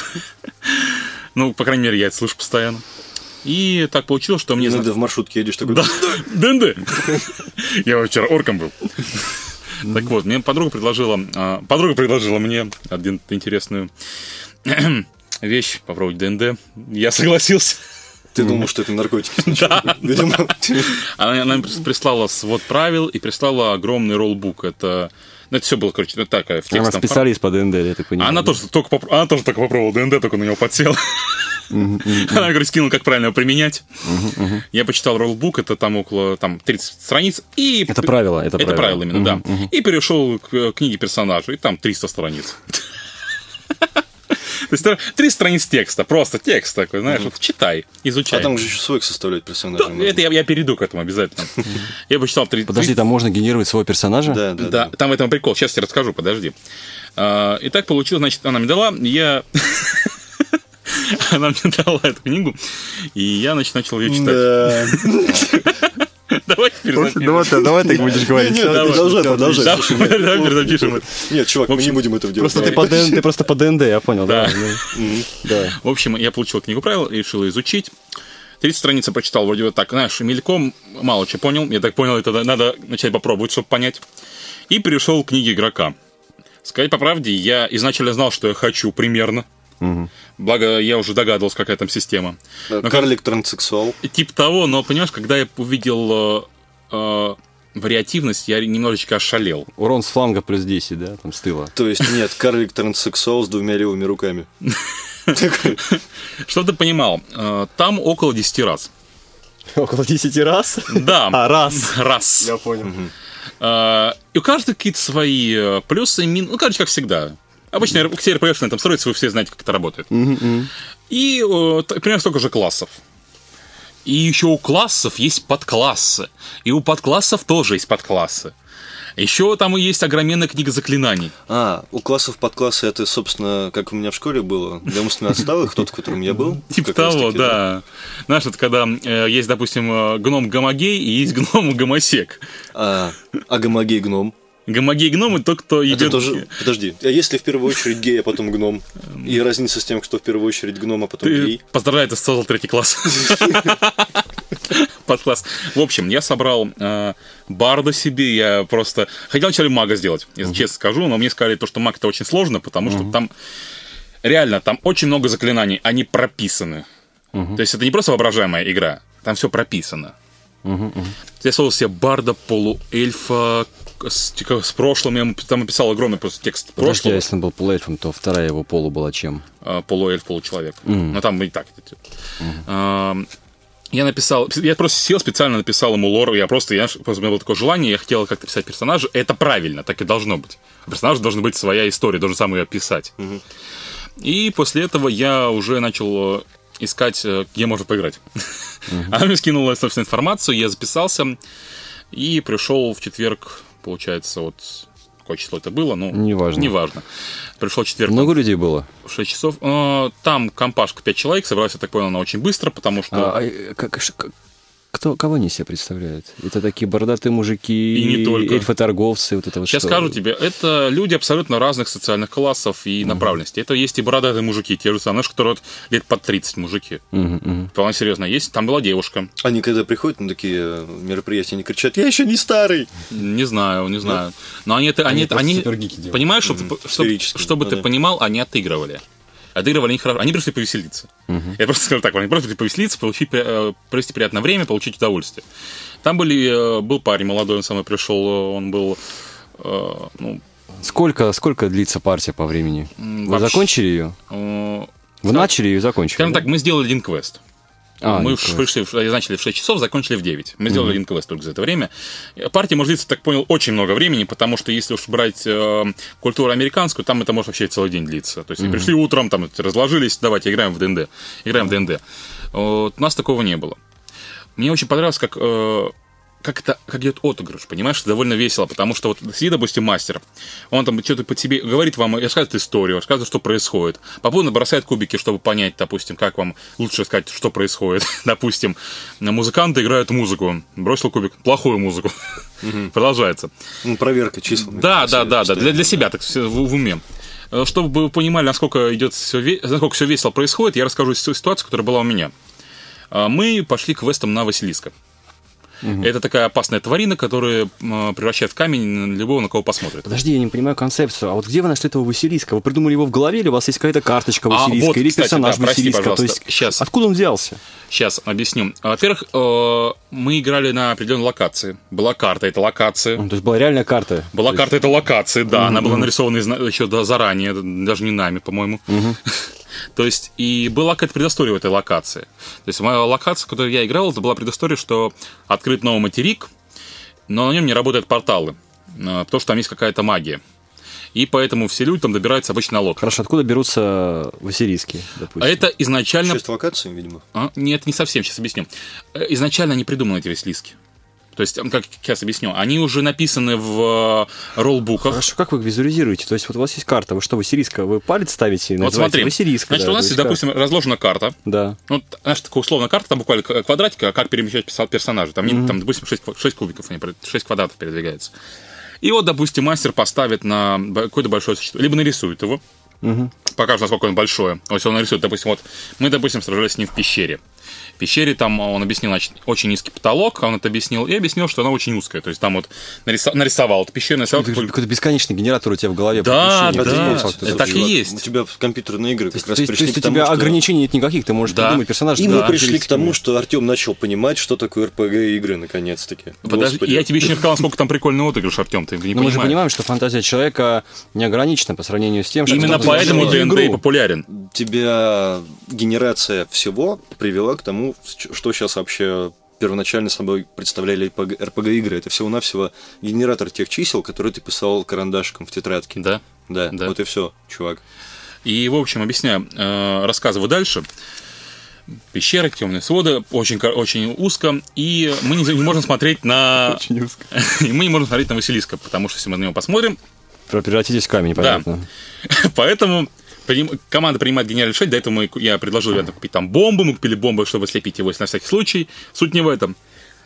C: Ну, по крайней мере, я это слышу постоянно. И так получилось, что мне...
B: Иногда в маршрутке едешь такой...
C: Да, ди энд ди. Я вчера орком был. Так вот, мне подруга предложила... а, Подруга предложила мне один интересную вещь попробовать ди энд ди. Я согласился.
B: Ты думал, что это наркотики сначала? Видимо.
C: Она, она мне прислала свод правил и прислала огромный роллбук. Это, ну, это все было, короче, ну, такая в
A: Она
C: текстовом формате.
A: специалист по ди энд ди, я так понимаю.
C: Она тоже только, поп- она тоже только попробовала ди энд ди, только на него подсела. Она, говорит, скинула, как правильно его применять. Я почитал роллбук, это там около там, тридцать страниц. И...
A: Это правило, это
C: Это
A: правило.
C: правило именно, да. И перешел к книге персонажа, и там триста страниц. То есть три страниц текста, просто текст такой, знаешь, вот читай, изучай.
B: А там же еще свой составлять персонажа.
C: Да,
B: можно.
C: это я, я перейду к этому обязательно. Я почитал три...
A: Подожди, там можно генерировать своего персонажа?
B: Да, да,
C: Да,
B: да.
C: там в этом прикол. Сейчас я тебе расскажу, подожди. А, И так получилось, значит, она мне дала, я... Она мне дала эту книгу, и я, значит, начал ее читать.
B: Да.
C: Давай теперь запишем.
A: Давай, ты- давай так будешь говорить.
B: Нет,
A: Всё,
B: давай, продолжай, продолжай.
C: Давай,
B: Слушай, нет,
C: давай теперь запишем это.
B: Нет, чувак, мы не
C: общем,
B: будем этого делать.
A: Просто ты
B: Давай.
A: по ди эн ди, ты просто по ди эн ди, я понял, да.
C: Да.
A: Ну, да.
C: В общем, я получил книгу правил, решил изучить. тридцать страниц я прочитал, вроде вот так, знаешь, мельком, мало чего понял. Я так понял, это надо начать попробовать, чтобы понять. И перешел к книге игрока. Сказать по правде, я изначально знал, что я хочу примерно. Благо, я уже догадывался, какая там система. Но как-
B: Карлик транссексуал.
C: Типа того, но, понимаешь, когда я увидел э, э, вариативность, я немножечко ошалел.
A: Урон с фланга плюс десять, да, там с тыла.
B: То есть, нет, карлик транссексуал с двумя левыми руками. Такой.
C: Чтобы ты понимал, э, там около десяти раз.
A: Около десяти раз?
C: Да.
A: А, раз.
C: Раз.
A: Я понял.
C: Э, И у каждого какие-то свои э, плюсы и минусы. Ну, короче, как всегда. Обычно эр пи джи на этом строится, вы все знаете, как это работает. И э, т- примерно столько же классов. И еще у классов есть подклассы. И у подклассов тоже есть подклассы. Еще там и есть огроменная книга заклинаний.
B: А, у классов подклассы это, собственно, как у меня в школе было, для умственно отсталых, тот, в котором я был.
C: Типа того, да. да. Знаешь, это когда э, есть, допустим, гном гомогей и есть гном гомосек.
B: А, а гомогей гном?
C: Гомогей гном это тот, кто идет...
B: Это тоже... Подожди, а если в первую очередь гей, а потом гном? И разница с тем, что в первую очередь гном, а потом
C: Ты...
B: гей?
C: Поздравляю, ты создал третий класс. Подкласс. В общем, я собрал э, барда себе, я просто... Хотел вначале мага сделать, если uh-huh. честно скажу, но мне сказали, то, что маг это очень сложно, потому uh-huh. что там... Реально, там очень много заклинаний, они прописаны. Uh-huh. То есть это не просто воображаемая игра, там все прописано. Uh-huh. Uh-huh. Я создал себе барда, полуэльфа, с, с прошлым, я там написал огромный просто текст
A: Подожди,
C: прошлого.
A: а если он был полуэльфом, то вторая его полу была чем?
C: А, полуэльф, получеловек.
A: Mm.
C: Но там и так. Mm. А, я написал, я просто сел, специально написал ему лор, я просто, я, просто у меня было такое желание, я хотел как-то писать персонажа, это правильно, так и должно быть. У персонажа должна быть своя история, должен сам ее описать. Mm-hmm. И после этого я уже начал искать, где можно поиграть. Mm-hmm. Она мне скинула, собственно, информацию, я записался и пришел в четверг, получается, вот какое число это было, ну,
A: неважно.
C: неважно. Пришел четверг.
A: Много людей было?
C: В шесть часов. Там компашка пять человек, собралась, я так понял, она очень быстро, потому что...
A: А, а, как, как, кто, кого они себя представляют? Это такие бородатые мужики,
C: и не только.
A: эльфоторговцы, вот это вот
C: Сейчас
A: что?
C: скажу тебе, это люди абсолютно разных социальных классов и uh-huh. направленностей. Это есть и бородатые мужики, те же самые, знаешь, которые вот лет под тридцать мужики. Uh-huh, uh-huh. Вполне серьезно. Есть, там была девушка.
B: Они когда приходят на такие мероприятия, они кричат: «Я еще не старый!»
C: Не знаю, не знаю. Но они это... Они, они, они понимаешь, чтобы,
B: uh-huh.
C: чтобы, чтобы ну, ты да. понимал, они отыгрывали. Отыгрывали они хорошо. Они пришли повеселиться. Uh-huh. Я просто скажу так, они просто пришли повеселиться, получить, провести приятное время, получить удовольствие. Там были, был парень молодой, он самый пришел, он был... Ну,
A: сколько, сколько длится партия по времени? Вы вообще, закончили ее? Э, Вы скажем, начали ее и закончили?
C: Скажем
A: да?
C: так, мы сделали один квест. А, мы в, пришли, начали в шесть часов, закончили в девять. Мы сделали mm-hmm. один квест только за это время. Партия может длиться, так понял, очень много времени, потому что если уж брать э, культуру американскую, там это может вообще целый день длиться. То есть mm-hmm. пришли утром, там разложились, давайте играем в ДНД. Играем mm-hmm. в ДНД. Вот, у нас такого не было. Мне очень понравилось, как... Э, Как, это, как идет отыгрыш, понимаешь, это довольно весело, потому что вот сидит, допустим, мастер, он там что-то по тебе говорит вам, рассказывает историю, рассказывает, что происходит, попутно бросает кубики, чтобы понять, допустим, как вам лучше сказать, что происходит. Допустим, музыканты играют музыку, бросил кубик, плохую музыку, продолжается.
B: Ну, проверка чисел.
C: Да, да, да, да, для, для себя, так в, в уме. Чтобы вы понимали, насколько идет все, насколько все весело происходит, я расскажу ситуацию, которая была у меня. Мы пошли квестом на Василиска. Угу. Это такая опасная тварина, которая превращает в камень любого, на кого посмотрит.
A: Подожди, я не понимаю концепцию. А вот где вы нашли этого Василиска? Вы придумали его в голове, или у вас есть какая-то карточка Василиска, а, вот, или кстати, персонаж да, Василиска?
C: Прости,
A: То есть,
C: сейчас.
A: Откуда он взялся?
C: Сейчас объясню. Во-первых, мы играли на определенной локации. Была карта этой локации.
A: То есть была реальная карта?
C: Была
A: есть...
C: карта этой локации, да. Mm-hmm. Она была нарисована еще заранее, даже не нами, по-моему. Mm-hmm. То есть, и была какая-то предыстория в этой локации. То есть, моя локация, в которой я играл, это была предыстория, что открыт новый материк, но на нем не работают порталы, потому что там есть какая-то магия. И поэтому все люди там добираются обычно на лодке.
A: Хорошо, откуда берутся Василиски, допустим?
C: А это изначально...
B: Часть локации, видимо.
C: А? Нет, не совсем, сейчас объясню. Изначально не придуманы эти Василиски. То есть, как сейчас объясню, они уже написаны в роллбуках.
A: Хорошо, как вы их визуализируете? То есть, вот у вас есть карта, вы что, Василиска, вы палец ставите и
C: вот смотри,
A: Василиска?
C: Значит,
A: да,
C: у нас есть, допустим, как... разложена карта.
A: Да.
C: Ну, знаешь, такая условная карта, там буквально квадратик, а как перемещать персонажа. Там, mm-hmm. там допустим, шесть, шесть кубиков, шесть квадратов передвигается. И вот, допустим, мастер поставит на какое-то большое существо, либо нарисует его, mm-hmm. покажет, насколько он большое. Вот если он нарисует, допустим, вот мы, допустим, сражались с ним в пещере. В пещере там он объяснил, значит, очень низкий потолок, он это объяснил, и объяснил, что она очень узкая. То есть там вот нарисовал, нарисовал эту пещеру, нарисовал...
A: Это какой-то бесконечный генератор у тебя в голове.
C: Да, да,
A: да,
C: это так и есть.
B: У тебя в компьютерные игры как
A: то
B: раз
A: есть,
B: пришли
A: то есть
B: к тому,
A: у тебя
B: что...
A: ограничений нет никаких, ты можешь да. придумать персонажа.
B: И
A: да,
B: мы пришли к тому, что Артем начал понимать, что такое эр пи джи-игры, наконец-таки.
C: Подожди, Господи. Я тебе еще не сказал, сколько там прикольный отыгрыш, Артем, ты не понимаешь.
A: Но мы же понимаем, что фантазия человека не ограничена по сравнению с тем, что...
C: Именно поэтому ДНД популярен.
B: Тебя генерация всего привела к тому, что сейчас вообще первоначально собой представляли эр пи джи-игры. Это всего-навсего генератор тех чисел, которые ты писал карандашиком в тетрадке.
C: Да.
B: Да,
C: да.
B: Вот и все, чувак.
C: И, в общем, объясняю, рассказываю дальше. пещеры, темные своды, очень, очень узко, и мы не, не можем смотреть на...
D: Очень узко.
C: И мы не можем смотреть на Василиска, потому что если мы на него посмотрим...
A: Превратитесь в камень, понятно.
C: Да. Поэтому команда принимает гениальное решение. До этого мы, я предложил ребятам купить там бомбы, мы купили бомбы, чтобы слепить его на всякий случай. Суть не в этом.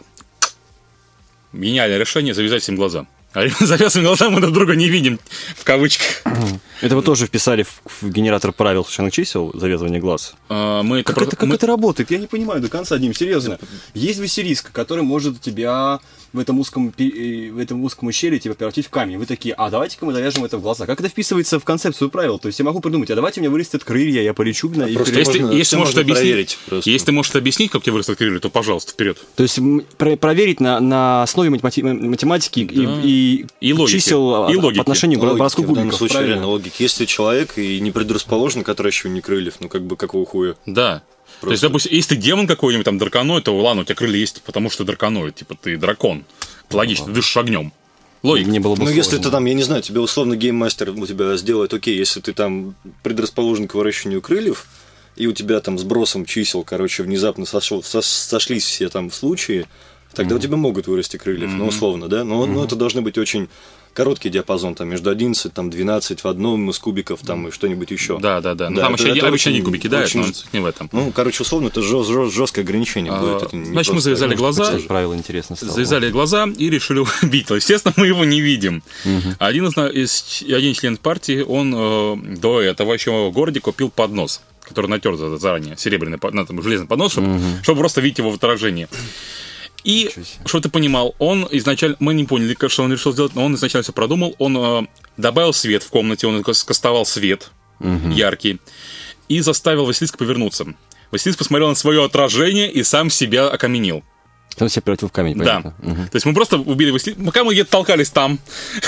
C: Гениальное решение — завязать всем глаза. А завязанными глазами мы друг друга не видим, в кавычках.
A: Это вы тоже вписали в, в генератор правил случайных чисел, завязывание глаз?
C: А, мы
A: как
C: это,
A: это, как
C: мы...
A: это работает? Я не понимаю до конца, Дим, серьезно. Есть Василиск, который может тебя в этом узком, в этом узком ущелье тебя превратить в камень. Вы такие, а давайте-ка мы завяжем это в глаза. Как это вписывается в концепцию правил? То есть я могу придумать, а давайте у меня вырастет крылья, я полечу на...
B: Просто
A: и
C: если,
B: можно,
C: если, можешь объяснить, если ты можешь объяснить, как тебе вырастут крылья, то, пожалуйста, вперед.
A: То есть про- проверить на, на основе математи- математики
C: Да.
A: и,
C: И логики.
A: чисел
C: И
A: по
C: логики.
A: отношению к
B: Логики,
A: броску
B: в данном
A: кубиков.
B: случае
A: правильно?
B: реально логики. Если человек и не предрасположен к отращиванию крыльев, ну как бы какого хуя?
C: Да.
B: Просто.
C: То есть, допустим, если ты демон какой-нибудь, там, драконоид, то ладно, у тебя крылья есть, потому что ты драконоид, типа, ты дракон. Логично, ты дышишь огнем. Логика.
A: Мне было бы
B: Ну,
A: сложно.
B: если ты там, я не знаю, тебе условно гейммастер у тебя сделает, окей, если ты там предрасположен к выращиванию крыльев, и у тебя там сбросом чисел, короче, внезапно сошел, со- сошлись все там случаи, тогда mm-hmm. у тебя могут вырасти крыльев, mm-hmm. ну, условно, да? Но, mm-hmm. но это должны быть очень короткий диапазон, там, между одиннадцать, там, двенадцать в одном из кубиков, там, и что-нибудь еще.
C: Да, да, да. Ну,
B: Да,
C: там
B: это-
C: еще
B: это
C: обычно
B: очень-
C: один кубик кидает,
B: очень-
C: но не в этом.
B: Ну, короче, условно, это жест- жест- жесткое ограничение
C: А,
B: будет. Это не
C: значит, мы
B: просто-
C: завязали
B: ну,
C: глаза.
B: кстати,
A: Правило интересно стало.
C: Завязали глаза и решили убить. Естественно, мы его не видим. Один, из, на- из- один член партии, он э, до этого еще в городе купил поднос, который натер за- заранее, серебряный, под- ну, там, железный поднос, чтобы, чтобы просто видеть его в отражении. И,
A: Ничего себе.
C: чтобы ты понимал, он изначально, мы не поняли, что он решил сделать, но он изначально все продумал, он э, добавил свет в комнате, он скастовал свет яркий и заставил Василиска повернуться. Василиск посмотрел на свое отражение и сам себя окаменел.
A: Он себя превратил в камень,
C: Да.
A: понятно. Мгм.
C: То есть мы просто убили Василиска. Пока мы где-то толкались там,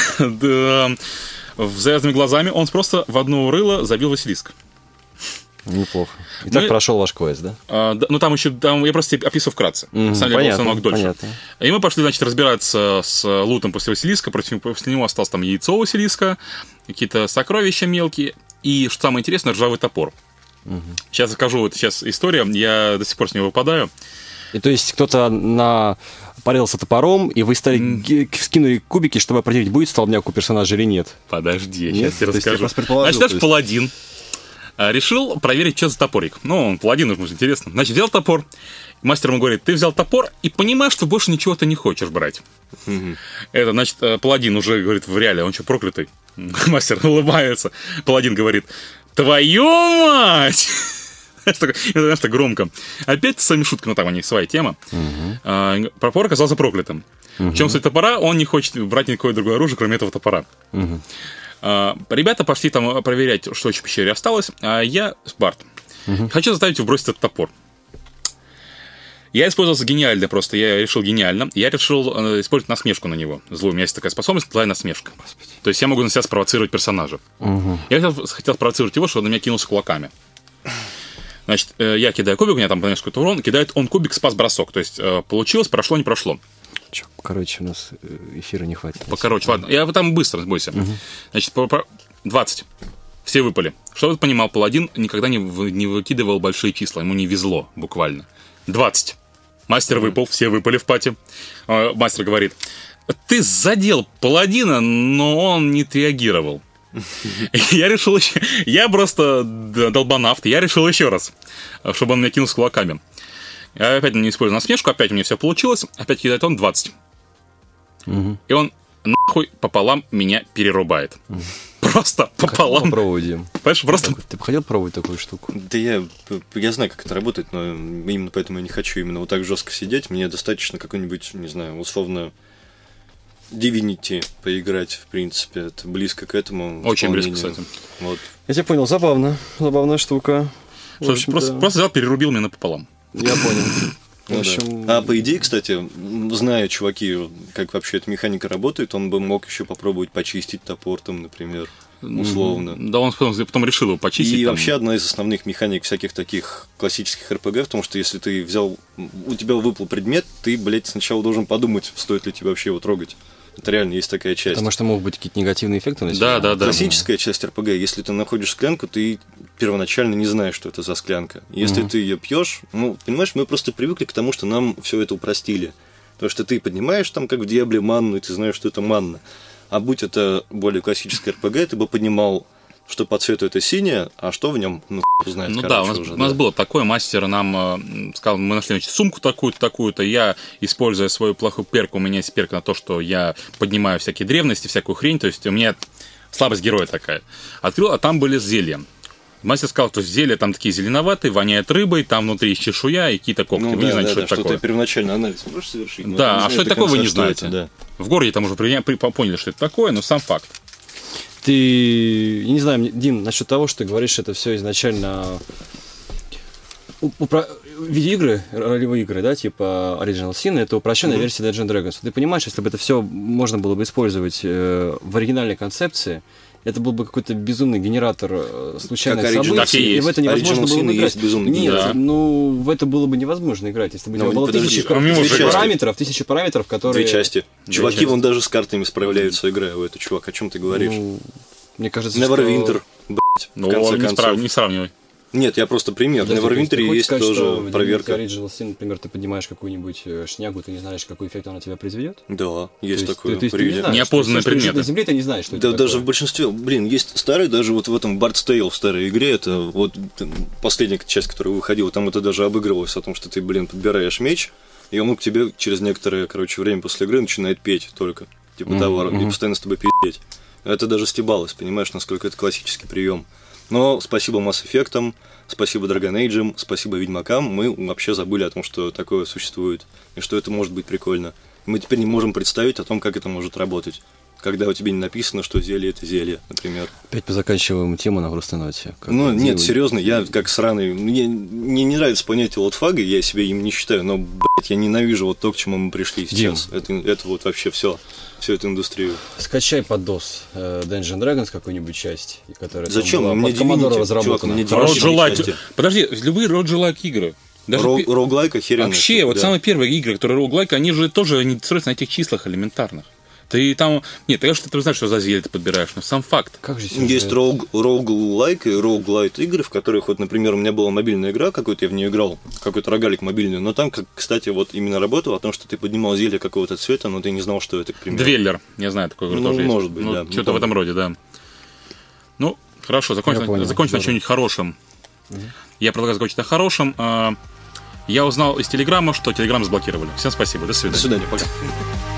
C: да, с завязанными глазами, он просто в одно рыло забил Василиска.
A: Неплохо. И так
C: Мы-
A: прошел ваш квест, да?
C: А, да, ну там еще, там, я просто тебе описываю вкратце.
A: Мгм,
C: На самом деле, было
A: понятно,
C: намного дольше.
A: понятно.
C: И мы пошли, значит, разбираться с лутом после Василиска. Против, после него осталось там яйцо Василиска, какие-то сокровища мелкие. И, что самое интересное, ржавый топор. Сейчас скажу, вот сейчас история, я до сих пор с него выпадаю.
A: И то есть кто-то на... порезался топором, и вы стали ги- скинули кубики, чтобы определить, будет столбняк у персонажа или нет.
C: Подожди, я
D: Нет?
C: сейчас тебе
D: То есть я
C: расскажу.
D: просто предположил,
C: Значит, наш
D: то есть.
C: паладин а, решил проверить, что за топорик. Ну, он паладин, уж интересно. Значит, взял топор, мастер ему говорит, ты взял топор и понимаешь, что больше ничего ты не хочешь брать. Это, значит, э, паладин уже говорит в реале, он что, проклятый? Мастер улыбается. Паладин говорит, твою мать! Это, знаешь, так громко. Опять с своими шутками, ну там у них своя тема. А, Топор оказался проклятым. В чем суть топора? Он не хочет брать никакое другое оружие, кроме этого топора. А, Ребята пошли там проверять, что еще в пещере осталось, а я, Барт, хочу заставить его бросить этот топор. Я использовался гениально просто, я решил гениально. Я решил э, использовать насмешку на него. Злой, у меня есть такая способность, злая насмешка. То есть я могу на себя спровоцировать персонажа. Я хотел, хотел спровоцировать его, чтобы он на меня кинулся кулаками. Значит, э, я кидаю кубик, у меня там нанес какой-то урон, кидает он кубик, спас бросок. То есть э, получилось, прошло, не прошло.
A: Чё, короче, у нас э, эфира не хватит.
C: Покороче, ладно, я там быстро, не бойся. Значит, по- по- двадцать. Все выпали. Чтобы ты понимал, паладин никогда не, вы- не выкидывал большие числа, ему не везло, буквально. двадцать. Мастер выпал, все выпали в пати. Э, Мастер говорит, ты задел паладина, но он не отреагировал. Я решил еще... Я просто долбанавт, я решил еще раз, чтобы он меня кинул с кулаками. Я опять не использую насмешку, опять у меня все получилось, опять кидает он двадцать. И он нахуй пополам меня перерубает. Просто пополам.
A: Попробуй, Дим.
C: Понимаешь, просто...
A: Ты бы хотел пробовать такую штуку?
B: Да я, я знаю, как это работает, но именно поэтому я не хочу именно вот так жестко сидеть. Мне достаточно какой-нибудь, не знаю, условно Divinity поиграть, в принципе. Это близко к этому.
C: Очень близко,
B: исполнению.
C: кстати.
B: Вот.
A: Я тебя понял, забавно. Забавная штука. В
C: Что
A: общем,
C: просто,
A: да.
C: просто взял, перерубил меня напополам.
A: Я понял. В
B: Ну
A: общем,
B: да. А по идее, кстати, м, зная, чуваки, как вообще эта механика работает, он бы мог еще попробовать почистить топор там, например, условно.
C: Да, он потом, потом решил его почистить.
B: И
C: там.
B: вообще одна из основных механик всяких таких классических эр пи джи в том, что если ты взял, у тебя выпал предмет, ты, блядь, сначала должен подумать, стоит ли тебе вообще его трогать. Это реально есть такая часть.
A: Потому что могут быть какие-то негативные эффекты на
C: Да,
A: себя.
C: да, да.
B: Классическая часть эр пи джи, если ты находишь склянку, ты первоначально не знаешь, что это за склянка. Если
A: Мгм.
B: ты ее пьешь, ну, понимаешь, мы просто привыкли к тому, что нам все это упростили. Потому что ты поднимаешь там, как в Диабле, манну, и ты знаешь, что это манна. А будь это более классическая эр пи джи, ты бы понимал, что по цвету это синее, а что в нем, ну, хуй знает,
C: Ну
B: короче,
C: да, у нас,
B: уже,
C: у нас
B: да.
C: было такое, мастер нам э, сказал, мы нашли, значит, сумку такую-то, такую-то, я, используя свою плохую перку, у меня есть перка на то, что я поднимаю всякие древности, всякую хрень, то есть у меня слабость героя такая. Открыл, а там были зелья. Мастер сказал, что зелья там такие зеленоватые, воняет рыбой, там внутри есть чешуя и какие-то когти.
B: Ну,
C: Вы
B: да,
C: не знаете,
B: да,
C: что
B: да,
C: это такое.
B: что-то первоначальный анализ можешь совершить? но
C: Да,
B: не
C: а
B: знаю
C: что это
B: до
C: такое, вы
B: конца,
C: не
B: что
C: знаете.
B: это, да.
C: В городе там уже при- при- поняли, что это такое, но сам факт.
A: Ты, я не знаю, мне- Дим, насчет того, что ты говоришь, это все изначально у- упро- видеоигры, ролевые игры, да, типа Original Sin, это упрощенная
B: Мгм.
A: версия Dungeons and Dragons. Ты понимаешь, если бы это все можно было бы использовать э, в оригинальной концепции, это был бы какой-то безумный генератор э, случайных
B: Как Origin-
A: событий,
C: Так и
A: и
C: есть.
A: в это невозможно
B: Original
A: было
B: Sin
A: бы
B: и
A: играть.
B: есть безумный
A: Нет,
C: генератор.
A: ну в это было бы невозможно играть, если бы у тебя
B: Ну,
A: было
B: подожди,
A: тысячи,
C: а мимо
A: тысячи
B: же-
A: параметров, тысячи параметров, которые...
B: Две части.
A: Две
B: Чуваки
A: части.
B: вон даже с картами справляются, играя в это, чувак, о чем ты говоришь?
A: Ну, мне кажется,
B: Neverwinter, блядь,
C: Ну,
B: в конце
C: не,
B: концов.
C: справ- не сравнивай.
B: Нет, я просто пример. В
A: Подожди, то есть ты
B: Neverwinter
A: хочешь
B: есть
A: сказать,
B: тоже
A: что в
B: проверка.
A: Original Sin, например, ты поднимаешь какую-нибудь э, шнягу, ты не знаешь, какой эффект она на тебя произведет?
B: Да, есть
A: То
B: такое.
A: ты, то есть ты не
B: приведение.
A: знаешь,
C: Неопознанные
A: что всё, что лежит
C: предметы.
A: на земле, ты не знаешь, что
B: Да
A: это
B: даже
A: такое.
B: в большинстве, блин, есть старые, даже вот в этом Bard's Tale в старой игре, это вот там, последняя часть, которая выходила, там это даже обыгрывалось о том, что ты, блин, подбираешь меч, и он к тебе через некоторое, короче, время после игры начинает петь только, типа
A: Мгм,
B: товар, и
A: мгм.
B: постоянно с тобой пиздеть. Это даже стебалось, понимаешь, насколько это классический прием. Но спасибо Mass Effect'ам, спасибо Dragon Age'ам, спасибо Ведьмакам, мы вообще забыли о том, что такое существует, и что это может быть прикольно. Мы теперь не можем представить о том, как это может работать. Когда у тебя не написано, что зелье это зелье, например.
A: Опять позаканчиваем тему на грустной ноте. Как
B: Ну, нет,
A: делать?
B: серьезно, я как сраный... Мне, мне не нравится понятие лотфага, я себя им не считаю, но, блядь, я ненавижу вот то, к чему мы пришли сейчас. Это, это вот вообще все, всю эту индустрию.
A: Скачай под дос э, Dungeons and Dragons какую-нибудь часть, которая там
B: Зачем?
A: была
B: Мне
A: под Commodore
B: Divinity,
A: разработана.
B: чувак, мне Divinity.
A: Хорошая.
C: Роуджелайк.
B: части.
C: Подожди, любые роуджелайк игры. Даже
B: Ро-
C: пи-
B: Роуглайк охеренный.
C: Вообще, вот
B: да.
C: самые первые игры, которые роуглайк, они же тоже не строятся на этих числах элементарных. Ты там... Нет, конечно, ты знаешь, что за зелье ты подбираешь, но сам факт.
A: Как же сюжет?
B: Есть роуг, роуглайк и роуглайт игры, в которых, вот, например, у меня была мобильная игра, какой-то я в нее играл, какой-то рогалик мобильный, но там, как, кстати, вот именно работало о том, что ты поднимал зелье какого-то цвета, но ты не знал, что это, к примеру.
C: Двеллер, я знаю, такой игру
B: Ну,
C: тоже
B: может
C: есть.
B: быть,
C: Ну,
B: да, не
C: что-то в этом роде, да. Ну, хорошо, закончим,
A: Я понял,
C: закончим на
A: здорово.
C: чем-нибудь хорошем. Я предлагаю закончить на хорошем. А, Я узнал из Телеграма, что Телеграм заблокировали. Всем спасибо, до свидания.
B: До свидания, пока.